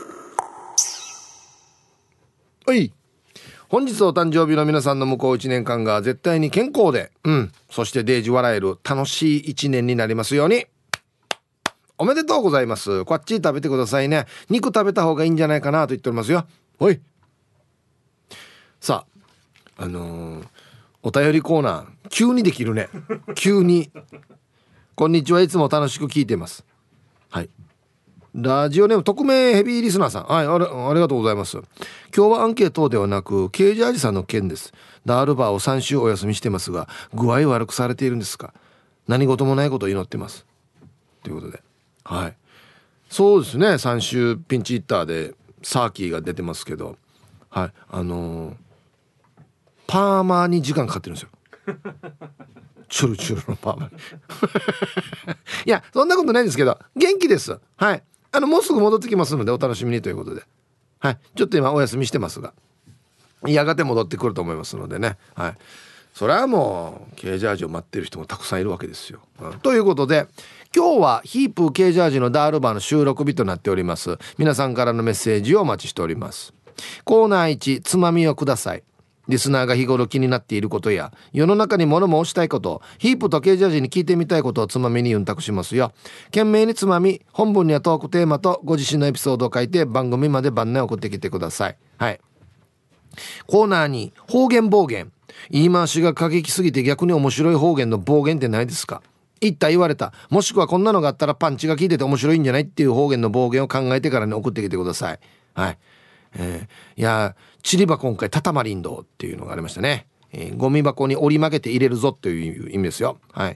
はい、本日お誕生日の皆さんの向こういちねんかんが絶対に健康で、うん、そしてデージ笑える楽しいいちねんになりますように。おめでとうございます。こっち食べてくださいね。肉食べた方がいいんじゃないかなと言っておりますよ。ほい。さあ、あのー、お便りコーナー急にできるね。急に。こんにちは、いつも楽しく聞いています。はい。ラジオネーム匿名ヘビーリスナーさん、はい、あれありがとうございます。今日はアンケートではなくケージャージさんの件です。ダールバーをさん週お休みしてますが具合悪くされているんですか？何事もないことを祈ってますということで、はい、そうですね。さん週ピンチヒッターでサーキーが出てますけど、はい、あのー、パーマーに時間かかってるんですよ。チュルチュルのパーマにいやそんなことないんですけど元気です。はい、あのもうすぐ戻ってきますのでお楽しみにということで、 はい、ちょっと今お休みしてますが、やがて戻ってくると思いますのでね。はい、それはもう K ジャージを待ってる人もたくさんいるわけですよ、うん、ということで今日はヒープ K ジャージのダールバーの収録日となっております。皆さんからのメッセージをお待ちしております。コーナーいち、つまみをください。リスナーが日頃気になっていることや世の中に物申したいこと、ヒープと K ジャージに聞いてみたいことをつまみにユンタクしますよ。懸命につまみ、本文にはトークテーマとご自身のエピソードを書いて番組まで番内送ってきてください。はい。コーナーに方言暴言、言い回しが過激すぎて逆に面白い方言の暴言ってないですか？言った言われた、もしくはこんなのがあったらパンチが効いてて面白いんじゃないっていう方言の暴言を考えてからに送ってきてください。はい。えー、いやチリ箱今回タタマリンドっていうのがありましたね。えー、ゴミ箱に折り曲げて入れるぞという意味ですよ。はい。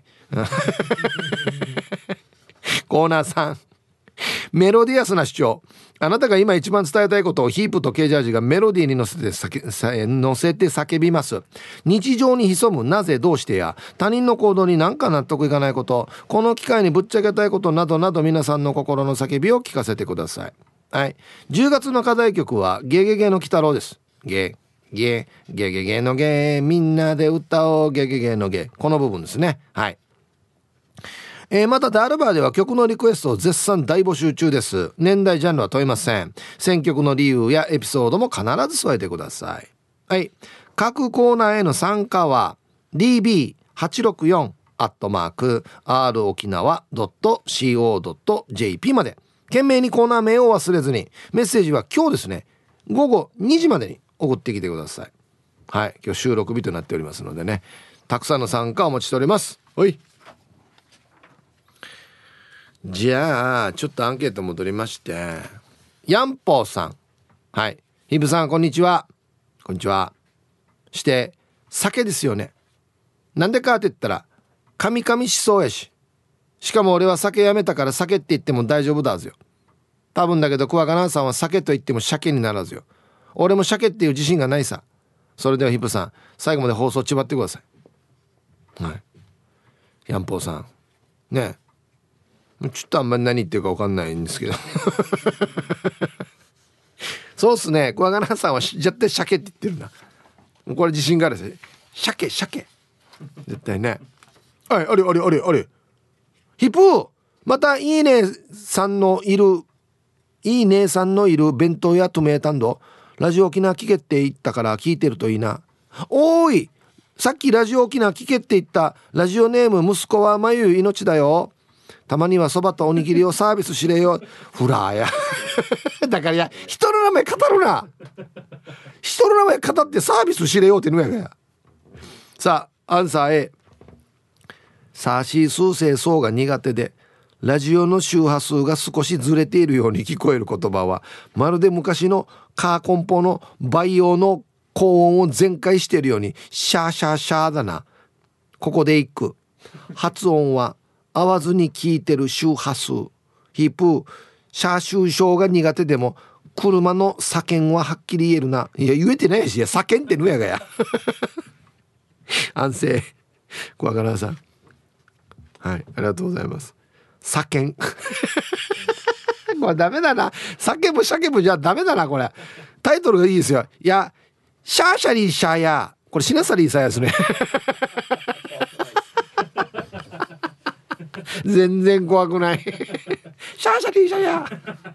コーナーさん、メロディアスな主張。あなたが今一番伝えたいことをヒープとケージャージがメロディーに乗せて叫乗せて叫びます。日常に潜むなぜどうしてや他人の行動に何か納得いかないこと、この機会にぶっちゃけたいことなどなど、皆さんの心の叫びを聞かせてください。はい、じゅうがつの課題曲はゲゲゲの鬼太郎です。ゲゲゲゲゲのゲ、みんなで歌おうゲゲゲのゲ、この部分ですね。はい。えー、またダールバーでは曲のリクエストを絶賛大募集中です。年代ジャンルは問いません。選曲の理由やエピソードも必ず添えてください。はい。各コーナーへの参加は ディービーはちろくよん アットマーク アール 沖縄 ドット シーオー ドット ジェーピー まで懸命にコーナー名を忘れずに、メッセージは今日ですねごごにじまでに送ってきてください。はい、今日収録日となっておりますのでね、たくさんの参加をお待ちしております。はい。じゃあちょっとアンケート戻りまして、ヤンポーさん、はい、ヒブさんこんにちは。こんにちは。して酒ですよね。なんでかって言ったらカミカミしそうやし、しかも俺は酒やめたから酒って言っても大丈夫だぞよ。多分だけどクワガナンさんは酒と言っても鮭にならずよ。俺も鮭っていう自信がないさ。それではヒップさん最後まで放送ちばってください。はい。ヤンポーさんねえ、ちょっとあんまり何言ってるか分かんないんですけどそうっすね、クワガナンさんは絶対鮭って言ってるな。これ自信があるです。鮭鮭絶対ね。はい、あれあれあれあれ、ヒップまたいいねさんのいるいい姉さんのいる弁当屋トメータンドラジオ沖縄聞けって言ったから聞いてるといいな。おーい、さっきラジオ沖縄聞けって言ったラジオネーム息子はまゆ命だよ。たまにはそばとおにぎりをサービスしれよ。フラーやだからや人の名前語るな、人の名前語ってサービスしれよって言うやがや。さあアンサー A、 サーシー数星層が苦手でラジオの周波数が少しずれているように聞こえる言葉はまるで昔のカーコンポの培養の高音を全開しているようにシャーシャーシャーだな。ここで一句、発音は合わずに聞いてる周波数。ヒープシャーシューショーが苦手でも車の叫んははっきり言えるな。いや言えてないし、いや叫んってぬやがや安静小若菜さん、はい、ありがとうございます。叫んこれダメだな、叫ぶ叫ぶじゃダメだな。これタイトルがいいですよ。いやシャーシャリーシャーや、これシナサリーさやですね全然怖くないシャーシャリーシャーや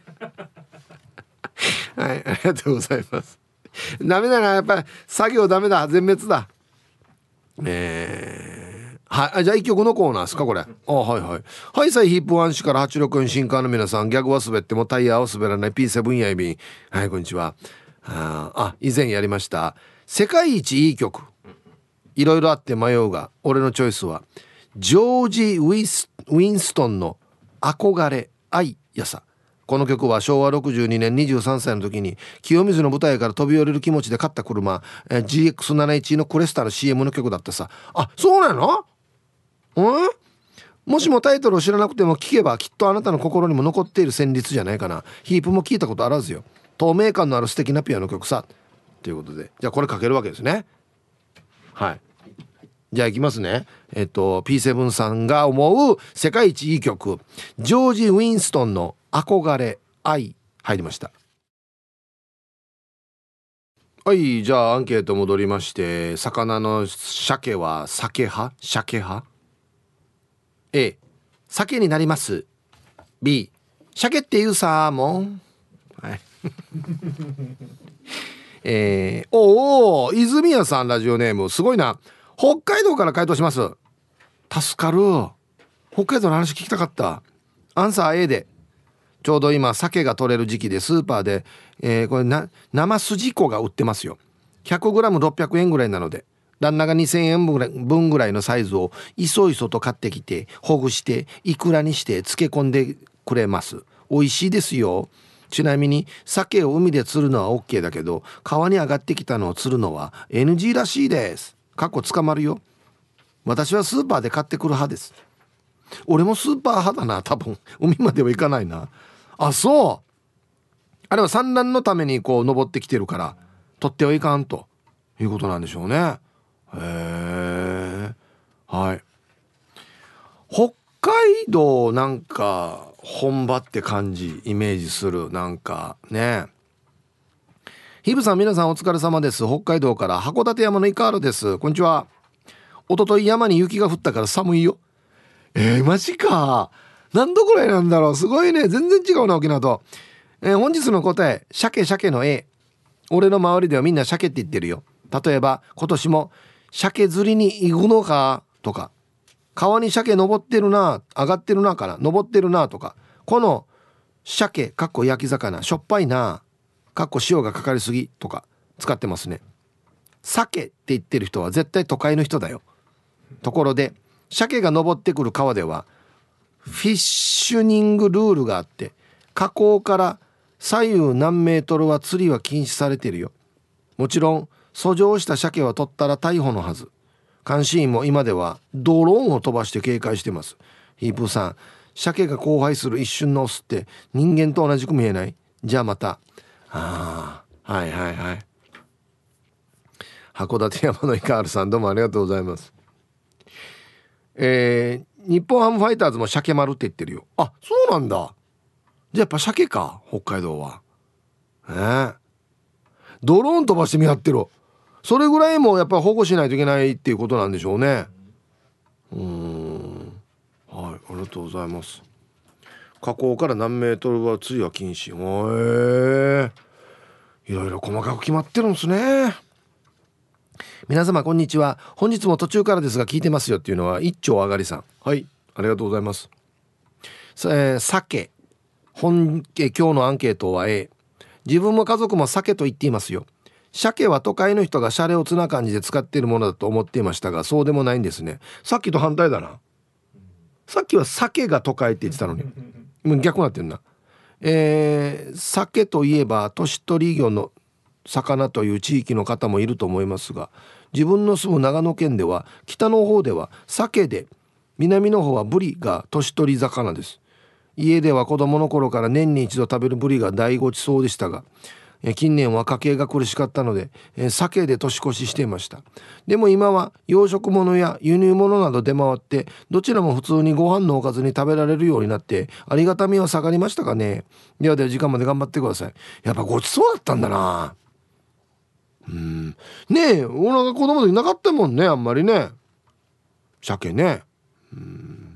はい、ありがとうございます。ダメだな、やっぱり作業ダメだ、全滅だ。えー、はい、じゃあ一曲のコーナーですかこれ。あ、はいはいはい、サイヒップワン氏からはちろくよん新刊の皆さん、ギャグは滑ってもタイヤは滑らない ピーセブン やいびん、はい、こんにちは。ああ、以前やりました世界一いい曲、いろいろあって迷うが俺のチョイスはジョージ・ウィス、ウィンストンの憧れ愛やさ。この曲はしょうわろくじゅうにねんにじゅうさんさいの時に清水の舞台から飛び降りる気持ちで買った車 ジーエックスななじゅういち のクレスタの シーエム の曲だったさ。あ、そうなの？うんもしもタイトルを知らなくても聞けばきっとあなたの心にも残っている旋律じゃないかな。ヒープも聞いたことあらずよ。透明感のある素敵なピアノ曲さということで、じゃあこれかけるわけですね。はい、じゃあいきますね。えっと ピーセブン さんが思う世界一いい曲、ジョージ・ウィンストンの憧れ愛入りました。 はい、じゃあアンケート戻りまして、魚の鮭は鮭派鮭派？ A 鮭になります。 B 鮭っていうさもん、はい。えー、おお泉谷さん、ラジオネームすごいな。北海道から回答します。助かる。北海道の話聞きたかった。アンサー A で、ちょうど今鮭が取れる時期でスーパーで、えー、これな生すじこが売ってますよ。 ひゃくグラムろっぴゃくえんぐらいなので、旦那がにせんえん分ぐらいのサイズをいそいそと買ってきて、ほぐしていくらにして漬け込んでくれます。美味しいですよ。ちなみに鮭を海で釣るのは OK だけど、川に上がってきたのを釣るのは エヌジー らしいです。かっこ捕まるよ。私はスーパーで買ってくる派です。俺もスーパー派だな、多分。海までは行かないな。あ、そう。あれは産卵のためにこう登ってきてるから取ってはいかんということなんでしょうね。へえ。はい。北海道なんか本場って感じイメージする。なんかね。ヒブさん、皆さんお疲れ様です。北海道から函館山のイカールです。こんにちは。一昨日山に雪が降ったから寒いよ。えー、マジか。何度ぐらいなんだろう。すごいね。全然違うな、沖縄と。えー、本日の答え、鮭鮭の A。 俺の周りではみんな鮭って言ってるよ。例えば今年も鮭釣りに行くのかとか、川に鮭登ってるな、上がってるなから登ってるなとか、この鮭かっこ焼き魚しょっぱいなかっこ塩がかかりすぎとか使ってますね。鮭って言ってる人は絶対都会の人だよ。ところで鮭が登ってくる川ではフィッシュニングルールがあって、河口から左右何メートルは釣りは禁止されているよ。もちろん遡上した鮭は取ったら逮捕のはず。監視員も今ではドローンを飛ばして警戒してます。ヒープーさん、鮭が交配する一瞬のオスって人間と同じく見えない？じゃあまた。ああ、はいはいはい。函館山のイカールさん、どうもありがとうございます。えー、日本ハムファイターズも鮭丸って言ってるよ。あ、そうなんだ。じゃあやっぱ鮭か、北海道は。えー、ドローン飛ばして見張ってる。それぐらいもやっぱり保護しないといけないっていうことなんでしょうね。うーん、はい、ありがとうございます。河口から何メートルは釣りは禁止。へえ、いろいろ細かく決まってるんですね。皆様こんにちは。本日も途中からですが聞いてますよっていうのは一丁上がりさん。はい、ありがとうございます。えー、鮭本え今日のアンケートは A。 自分も家族も鮭と言っていますよ。鮭は都会の人がシャレオツな感じで使っているものだと思っていましたが、そうでもないんですね。さっきと反対だな。さっきは鮭が都会って言ってたのに逆になってるな。えー、鮭といえば年取り魚の魚という地域の方もいると思いますが、自分の住む長野県では北の方では鮭で、南の方はブリが年取り魚です。家では子供の頃から年に一度食べるブリが大ごちそうでしたが、近年は家計が苦しかったので鮭で年越ししていました。でも今は養殖物や輸入物など出回って、どちらも普通にご飯のおかずに食べられるようになって、ありがたみは下がりましたかね。ではでは時間まで頑張ってください。やっぱごちそうだったんだな。うん、ねえ、お腹子供の時なかったもんね、あんまりね、鮭ね。うん、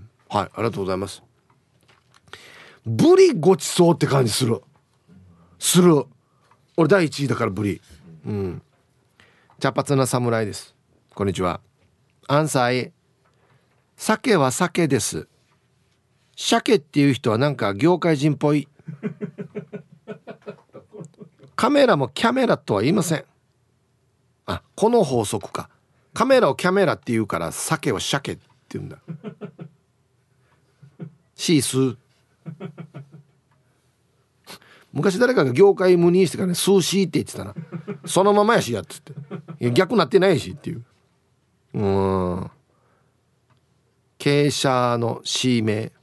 はい、ありがとうございます。ブリごちそうって感じするする。俺だいいちいだからブリ。うん。茶髪な侍です。こんにちは。アンサー A。 鮭は鮭です。鮭っていう人はなんか業界人っぽい。カメラもキャメラとは言いません。あ、この法則か。カメラをキャメラって言うから鮭は鮭って言うんだ。シースー。昔誰かが業界無認してからね、スーシーって言ってたな。そのままやしやっつって、いや逆なってないしっていう。うーん、傾斜の C 名。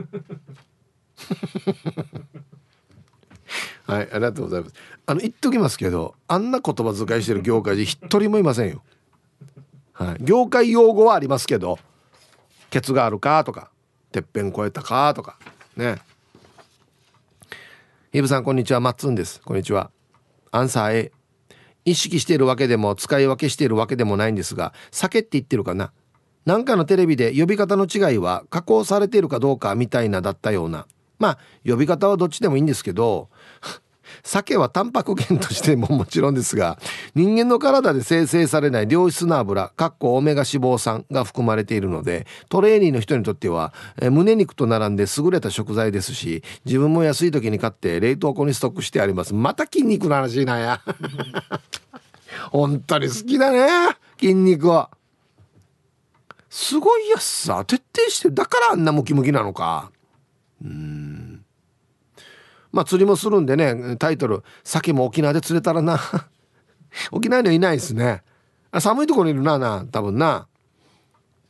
はい、ありがとうございます。あの言っときますけど、あんな言葉遣いしてる業界で一人もいませんよ。はい、業界用語はありますけど、ケツがあるかとか、てっぺん越えたかとかね。イブさんこんにちは、マッツンです。こんにちは。アンサー A。 意識しているわけでも使い分けしているわけでもないんですが、酒って言ってるかな。なんかのテレビで呼び方の違いは加工されているかどうかみたいなだったような。まあ呼び方はどっちでもいいんですけど酒はタンパク源としてももちろんですが、人間の体で生成されない良質な油かっこオメガ脂肪酸が含まれているので、トレーニーの人にとってはえ胸肉と並んで優れた食材ですし、自分も安い時に買って冷凍庫にストックしてあります。また筋肉の話なんや本当に好きだね、筋肉は。すごいやつさ、徹底してる。だからあんなムキムキなのか。うーん、まあ釣りもするんでね、タイトル酒も沖縄で釣れたらな沖縄にはいないですね。あ、寒いところにいるなな多分な。はい、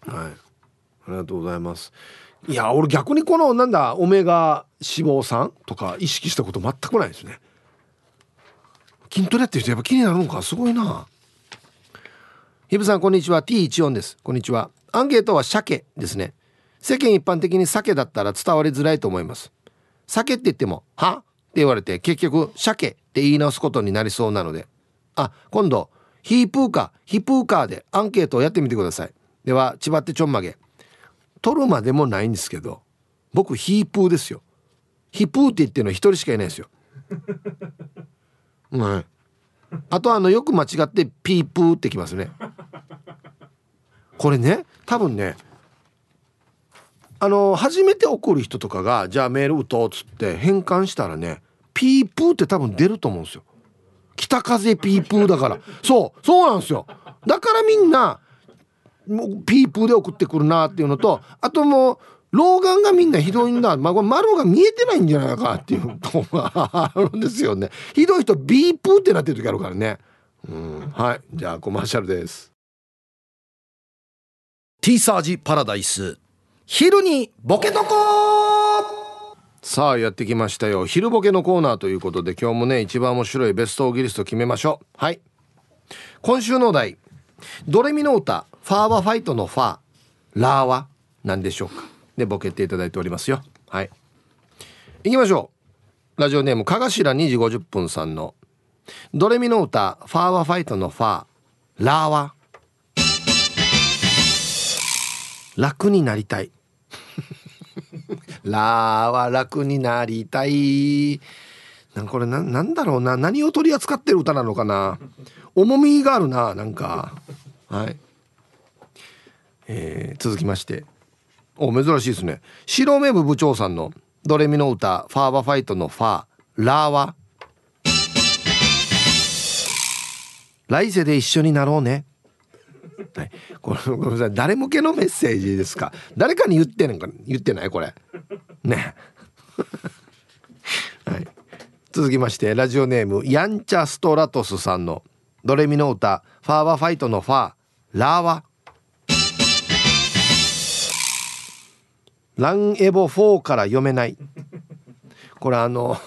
ありがとうございます。いや俺逆にこのなんだオメガ脂肪酸とか意識したこと全くないですね。筋トレっていう人やっぱ気になるのか、すごいな。ひぶさんこんにちは、 ティーいちよん です。こんにちは。アンケートは鮭ですね。世間一般的に鮭だったら伝わりづらいと思います。鮭って言ってもはって言われて結局鮭って言い直すことになりそうなので、あ、今度ヒープーカーヒプーカーでアンケートをやってみてください。では千葉ってちょんまげ。取るまでもないんですけど、僕ヒープーですよ。ヒプーって言ってるの一人しかいないですよはい、あとあのよく間違ってピープーってきますね。これね、多分ね、あの初めて送る人とかがじゃあメール打とうっつって変換したらね、ピープーって多分出ると思うんですよ。北風ピープーだからそうそうなんですよ。だからみんなもうピープーで送ってくるなっていうのと、あともう老眼がみんなひどいんだ、まあ、これ丸が見えてないんじゃないかっていうとこがあるんですよね。ひどい人ビープーってなってる時あるからね。うん、はい、じゃあコマーシャルです。 T サージパラダイス、昼にボケとこ。 さあやってきましたよ、昼ボケのコーナーということで、今日もね一番面白いベストオギリスト決めましょう。はい、今週のお題、ドレミの歌ファーはファイトのファー、ラーは何でしょうかでボケていただいておりますよ。はい、行きましょう。ラジオネームかがしらにじごじゅっぷんさんのドレミの歌ファーはファイトのファー、ラーは楽になりたいラーは楽になりたい。なんこれ な, なんだろうな、何を取り扱ってる歌なのかな、重みがあるな、なんか。はい、えー、続きまして、お珍しいですね、白目部部長さんのドレミの歌ファーはファイトのファー、ラーは来世で一緒になろうね。はい、これごめんなさい、誰向けのメッセージですか。誰かに言ってんのか、言ってないこれねはい、続きましてラジオネームヤンチャストラトスさんのドレミの歌ファーはファイトのファー、ラーはランエボフォーから読めない。これあの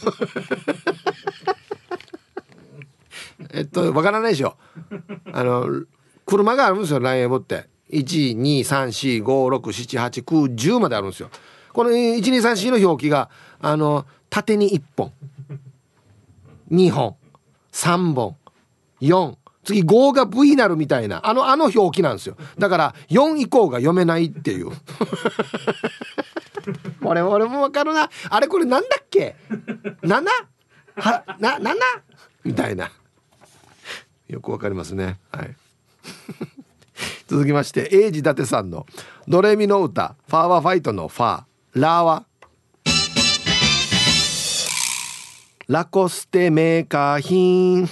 えっとわからないでしょ。あの車があるんですよ、ランエボって。いちにさんしごろくしちはちきゅうじゅうまであるんですよ。このいちにさんしの表記があの縦にいっぽんにほんさんぼんよん、次ごが ブイ になるみたいな、あのあの表記なんですよ。だからよん以降が読めないっていう俺俺もわかるな、あれこれなんだっけ なな はなななみたいな、よくわかりますね。はい続きましてエイジ伊達さんのドレミの歌ファーはファイトのファー、ラーはラコステメーカー品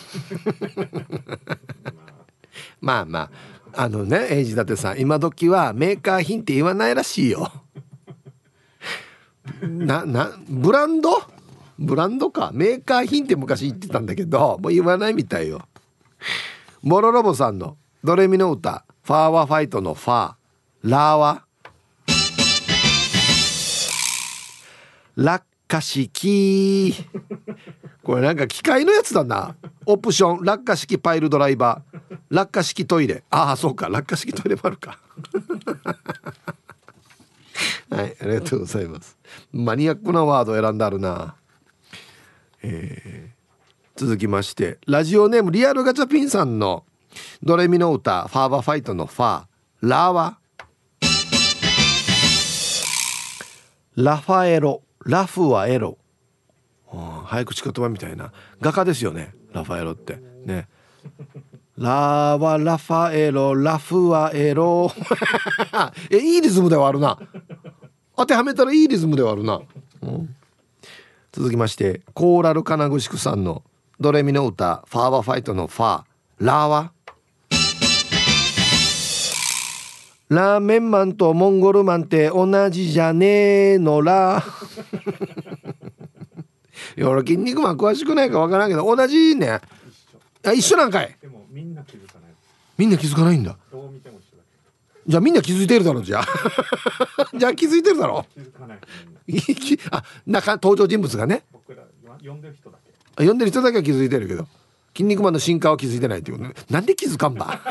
まあまああのね、エイジ伊達さん今時はメーカー品って言わないらしいよななブランドブランドか、メーカー品って昔言ってたんだけどもう言わないみたいよ。モロロボさんのドレミの歌ファーはファイトのファー、ラーは落下式これなんか機械のやつだな。オプション落下式パイルドライバー、落下式トイレ、ああそうか、落下式トイレもあるかはいありがとうございます。マニアックなワード選んであるな。えー、 続きましてラジオネームリアルガチャピンさんのドレミの歌ファーバーファイトのファーラーはラファエロラフはエロ、早口言葉みたいな画家ですよねラファエロってね。ラはラファエロラフはエロえいいリズムではあるな、当てはめたらいいリズムではあるな、うん、続きましてコーラル金具宿さんのドレミの歌ファーバーファイトのファーラはラーメンマンとモンゴルマンって同じじゃねえのらいや俺筋肉マン詳しくないかわからんけど同じね、あ一緒なんかい。でもみんな気づかない。みんな気づかないんだ。どう見ても一緒だけど。じゃあみんな気づいてるだろうじゃあじゃあ気づいてるだろう。気づかない。あ中登場人物がね。僕ら呼んでる人だけ。呼んでる人だけは気づいてるけど、筋肉マンの進化は気づいてないっていうことね。なんで気づかんば。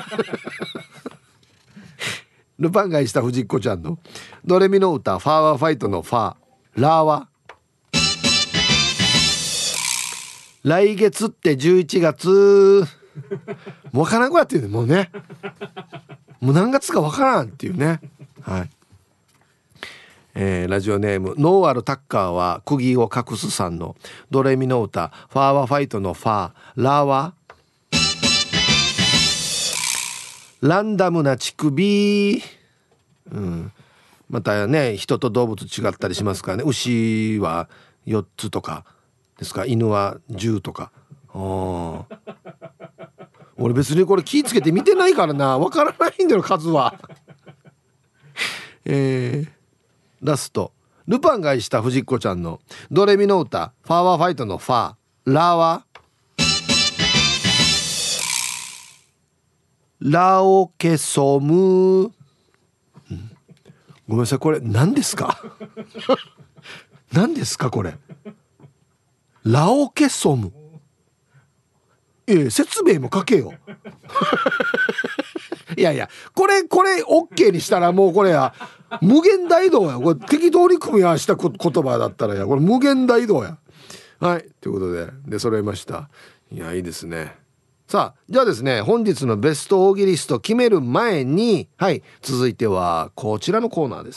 ルパンがした藤子ちゃんのドレミの歌ファーワーファイトのファーラーは来月ってじゅういちがつもうわからんくなってるねもうね、もう何月かわからんっていうね。はい、えー、ラジオネームノーアルタッカーは釘を隠すさんのドレミの歌ファーワーファイトのファーラーはランダムな乳首、うん、またね人と動物違ったりしますからね。牛はよっつとかですか、犬はじゅうとか。あ俺別にこれ気ぃつけて見てないからなわからないんだよ数はえー、ラストルパンが愛した藤子ちゃんのドレミの歌ファーワーファイトのファーラーはラオケソム、うん、ごめんなさいこれ何ですか何ですかこれラオケソム、えー、説明も書けよいやいやこれこれ OK にしたらもうこれや無限大道や、これ適当に組み合わせた言葉だったらやこれ無限大道や。はいということでで揃いました。いやいいですね。さあじゃあですね本日のベストオーギリスト決める前に、はい続いてはこちらのコーナーです。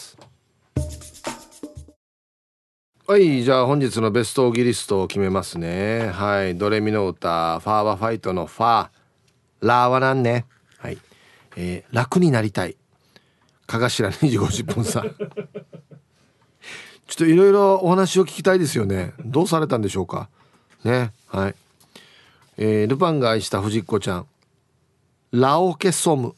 はいじゃあ本日のベストオーギリストを決めますね。はいドレミの歌ファーワーファイトのファーラーはなんね、はい、えー、楽になりたいかがしらにじごじゅっぷんさんちょっといろいろお話を聞きたいですよね。どうされたんでしょうかね。はい、えー、ルパンが愛した藤子ちゃんラオケソム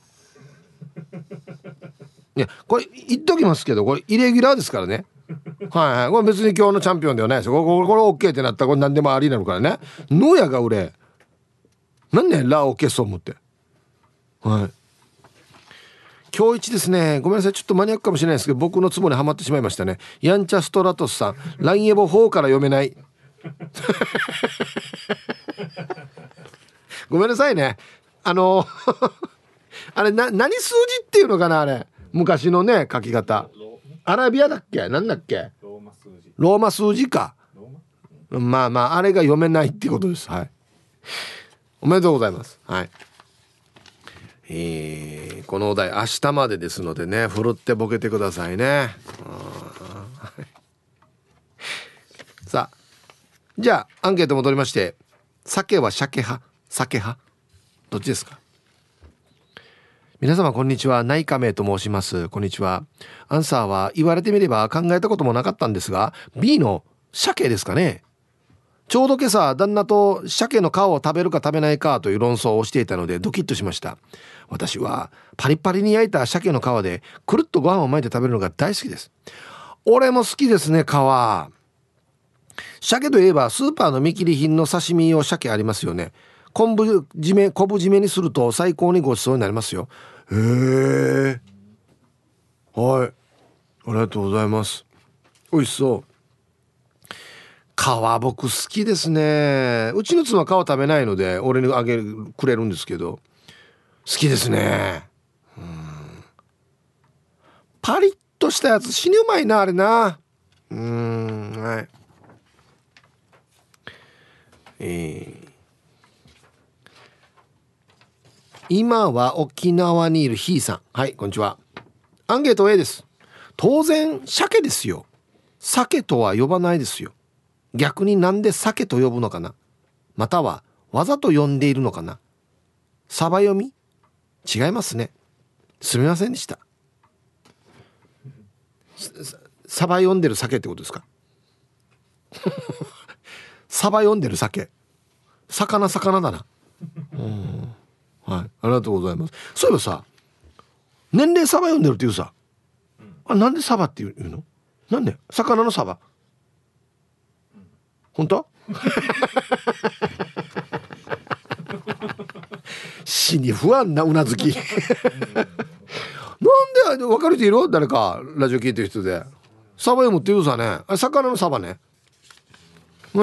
いやこれ言っときますけどこれイレギュラーですからね。はいはいこれ別に今日のチャンピオンではないですよ。これこれ OK ってなったらこれ何でもありなのからね。ノヤが俺なんねラオケソムって。はい今日一ですね。ごめんなさいちょっとマニアックかもしれないですけど僕のツボにはまってしまいましたね。ヤンチャストラトスさんラインエボフォーから読めないごめんなさいねあのあれな何数字っていうのかなあれ昔のね書き方アラビアだっけなんだっけローマ数字ローマ数字かまあまああれが読めないっていうことです。はいおめでとうございます。はいえー、このお題明日までですのでねふるってボケてくださいね。さあじゃあアンケート戻りまして鮭は鮭派鮭派どっちですか。皆様こんにちは内科名と申します。こんにちは。アンサーは言われてみれば考えたこともなかったんですが B の鮭ですかね。ちょうど今朝旦那と鮭の皮を食べるか食べないかという論争をしていたのでドキッとしました。私はパリパリに焼いた鮭の皮でくるっとご飯を巻いて食べるのが大好きです。俺も好きですね皮。鮭といえばスーパーの見切り品の刺身用鮭ありますよね。昆布締め昆布締めにすると最高にごちそうになりますよ。へえはいありがとうございます。美味しそう。皮僕好きですね。うちの妻皮食べないので俺にあげるくれるんですけど好きですね。うんパリッとしたやつ死にうまいなあれな。うんはいえー、 今は沖縄にいるひーさん、はいこんにちは。アンケート A です。当然鮭ですよ。鮭とは呼ばないですよ。逆になんで鮭と呼ぶのかな、またはわざと呼んでいるのかな。サバ読み違いますね。すみませんでした。サバ読んでる鮭ってことですかサバ読んでる鮭、魚魚だな。うん、はい、ありがとうございます。そういえばさ、年齢サバ読んでるっていうさ、あ、なんでサバっていうの、なんで魚のサバ、本当死に不安なうなずきなんで分かる人いる？誰かラジオ聞いてる人でサバ読むって言うさね、あ、魚のサバね。ねえ、うん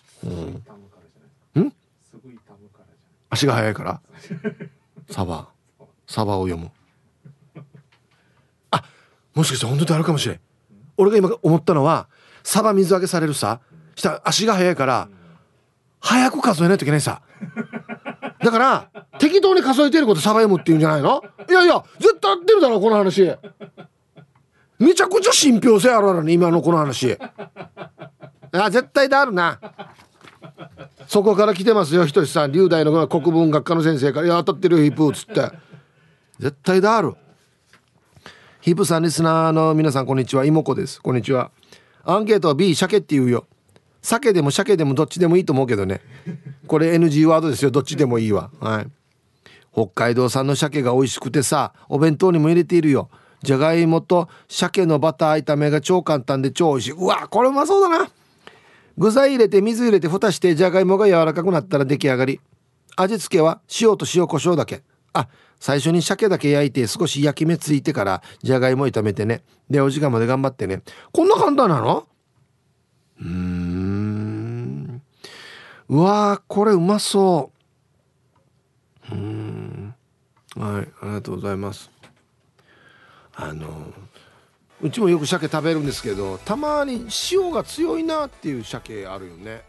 、ん足が速いからサバサバを読む。あ、もしかして本当にあるかもしれん。俺が今思ったのは、サバ水揚げされるさ、したら足が速いから早く数えないといけないさ。だから適当に数えてることサバ読むっていうんじゃないの？いやいや絶対合ってるだろこの話。めちゃくちゃ信憑性あるわね今のこの話。あ、絶対だあるな。そこから来てますよ、ひとしさん、龍大の国文学科の先生から。いや当たってるよヒップっつって、絶対だある。ヒップさん、リスナーの皆さんこんにちは、妹子です。こんにちは。アンケートは B、 鮭って言うよ。鮭でも鮭でもどっちでもいいと思うけどね。これ エヌジー ワードですよ。どっちでもいいわ。はい。北海道産の鮭が美味しくてさ、お弁当にも入れているよ。じゃがいもと鮭のバター炒めが超簡単で超美味しい。うわ、これうまそうだな。具材入れて水入れて蓋してじゃがいもが柔らかくなったら出来上がり。味付けは塩と塩コショウだけ。あ、最初に鮭だけ焼いて少し焼き目ついてからじゃがいも炒めてね。でお時間まで頑張ってね。こんな簡単なの？うーん、うわー、これうまそう。うーん、はい、ありがとうございます。あのうちもよく鮭食べるんですけど、たまに塩が強いなっていう鮭あるよね。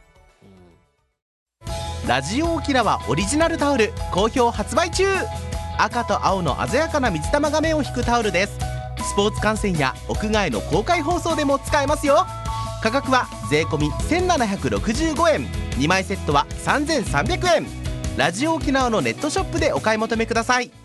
うん、ラジオ沖縄オリジナルタオル好評発売中。赤と青の鮮やかな水玉が目を引くタオルです。スポーツ観戦や屋外の公開放送でも使えますよ。価格は税込みせんななひゃくろくじゅうごえん、にまいセットはさんぜんさんびゃくえん。ラジオ沖縄のネットショップでお買い求めください。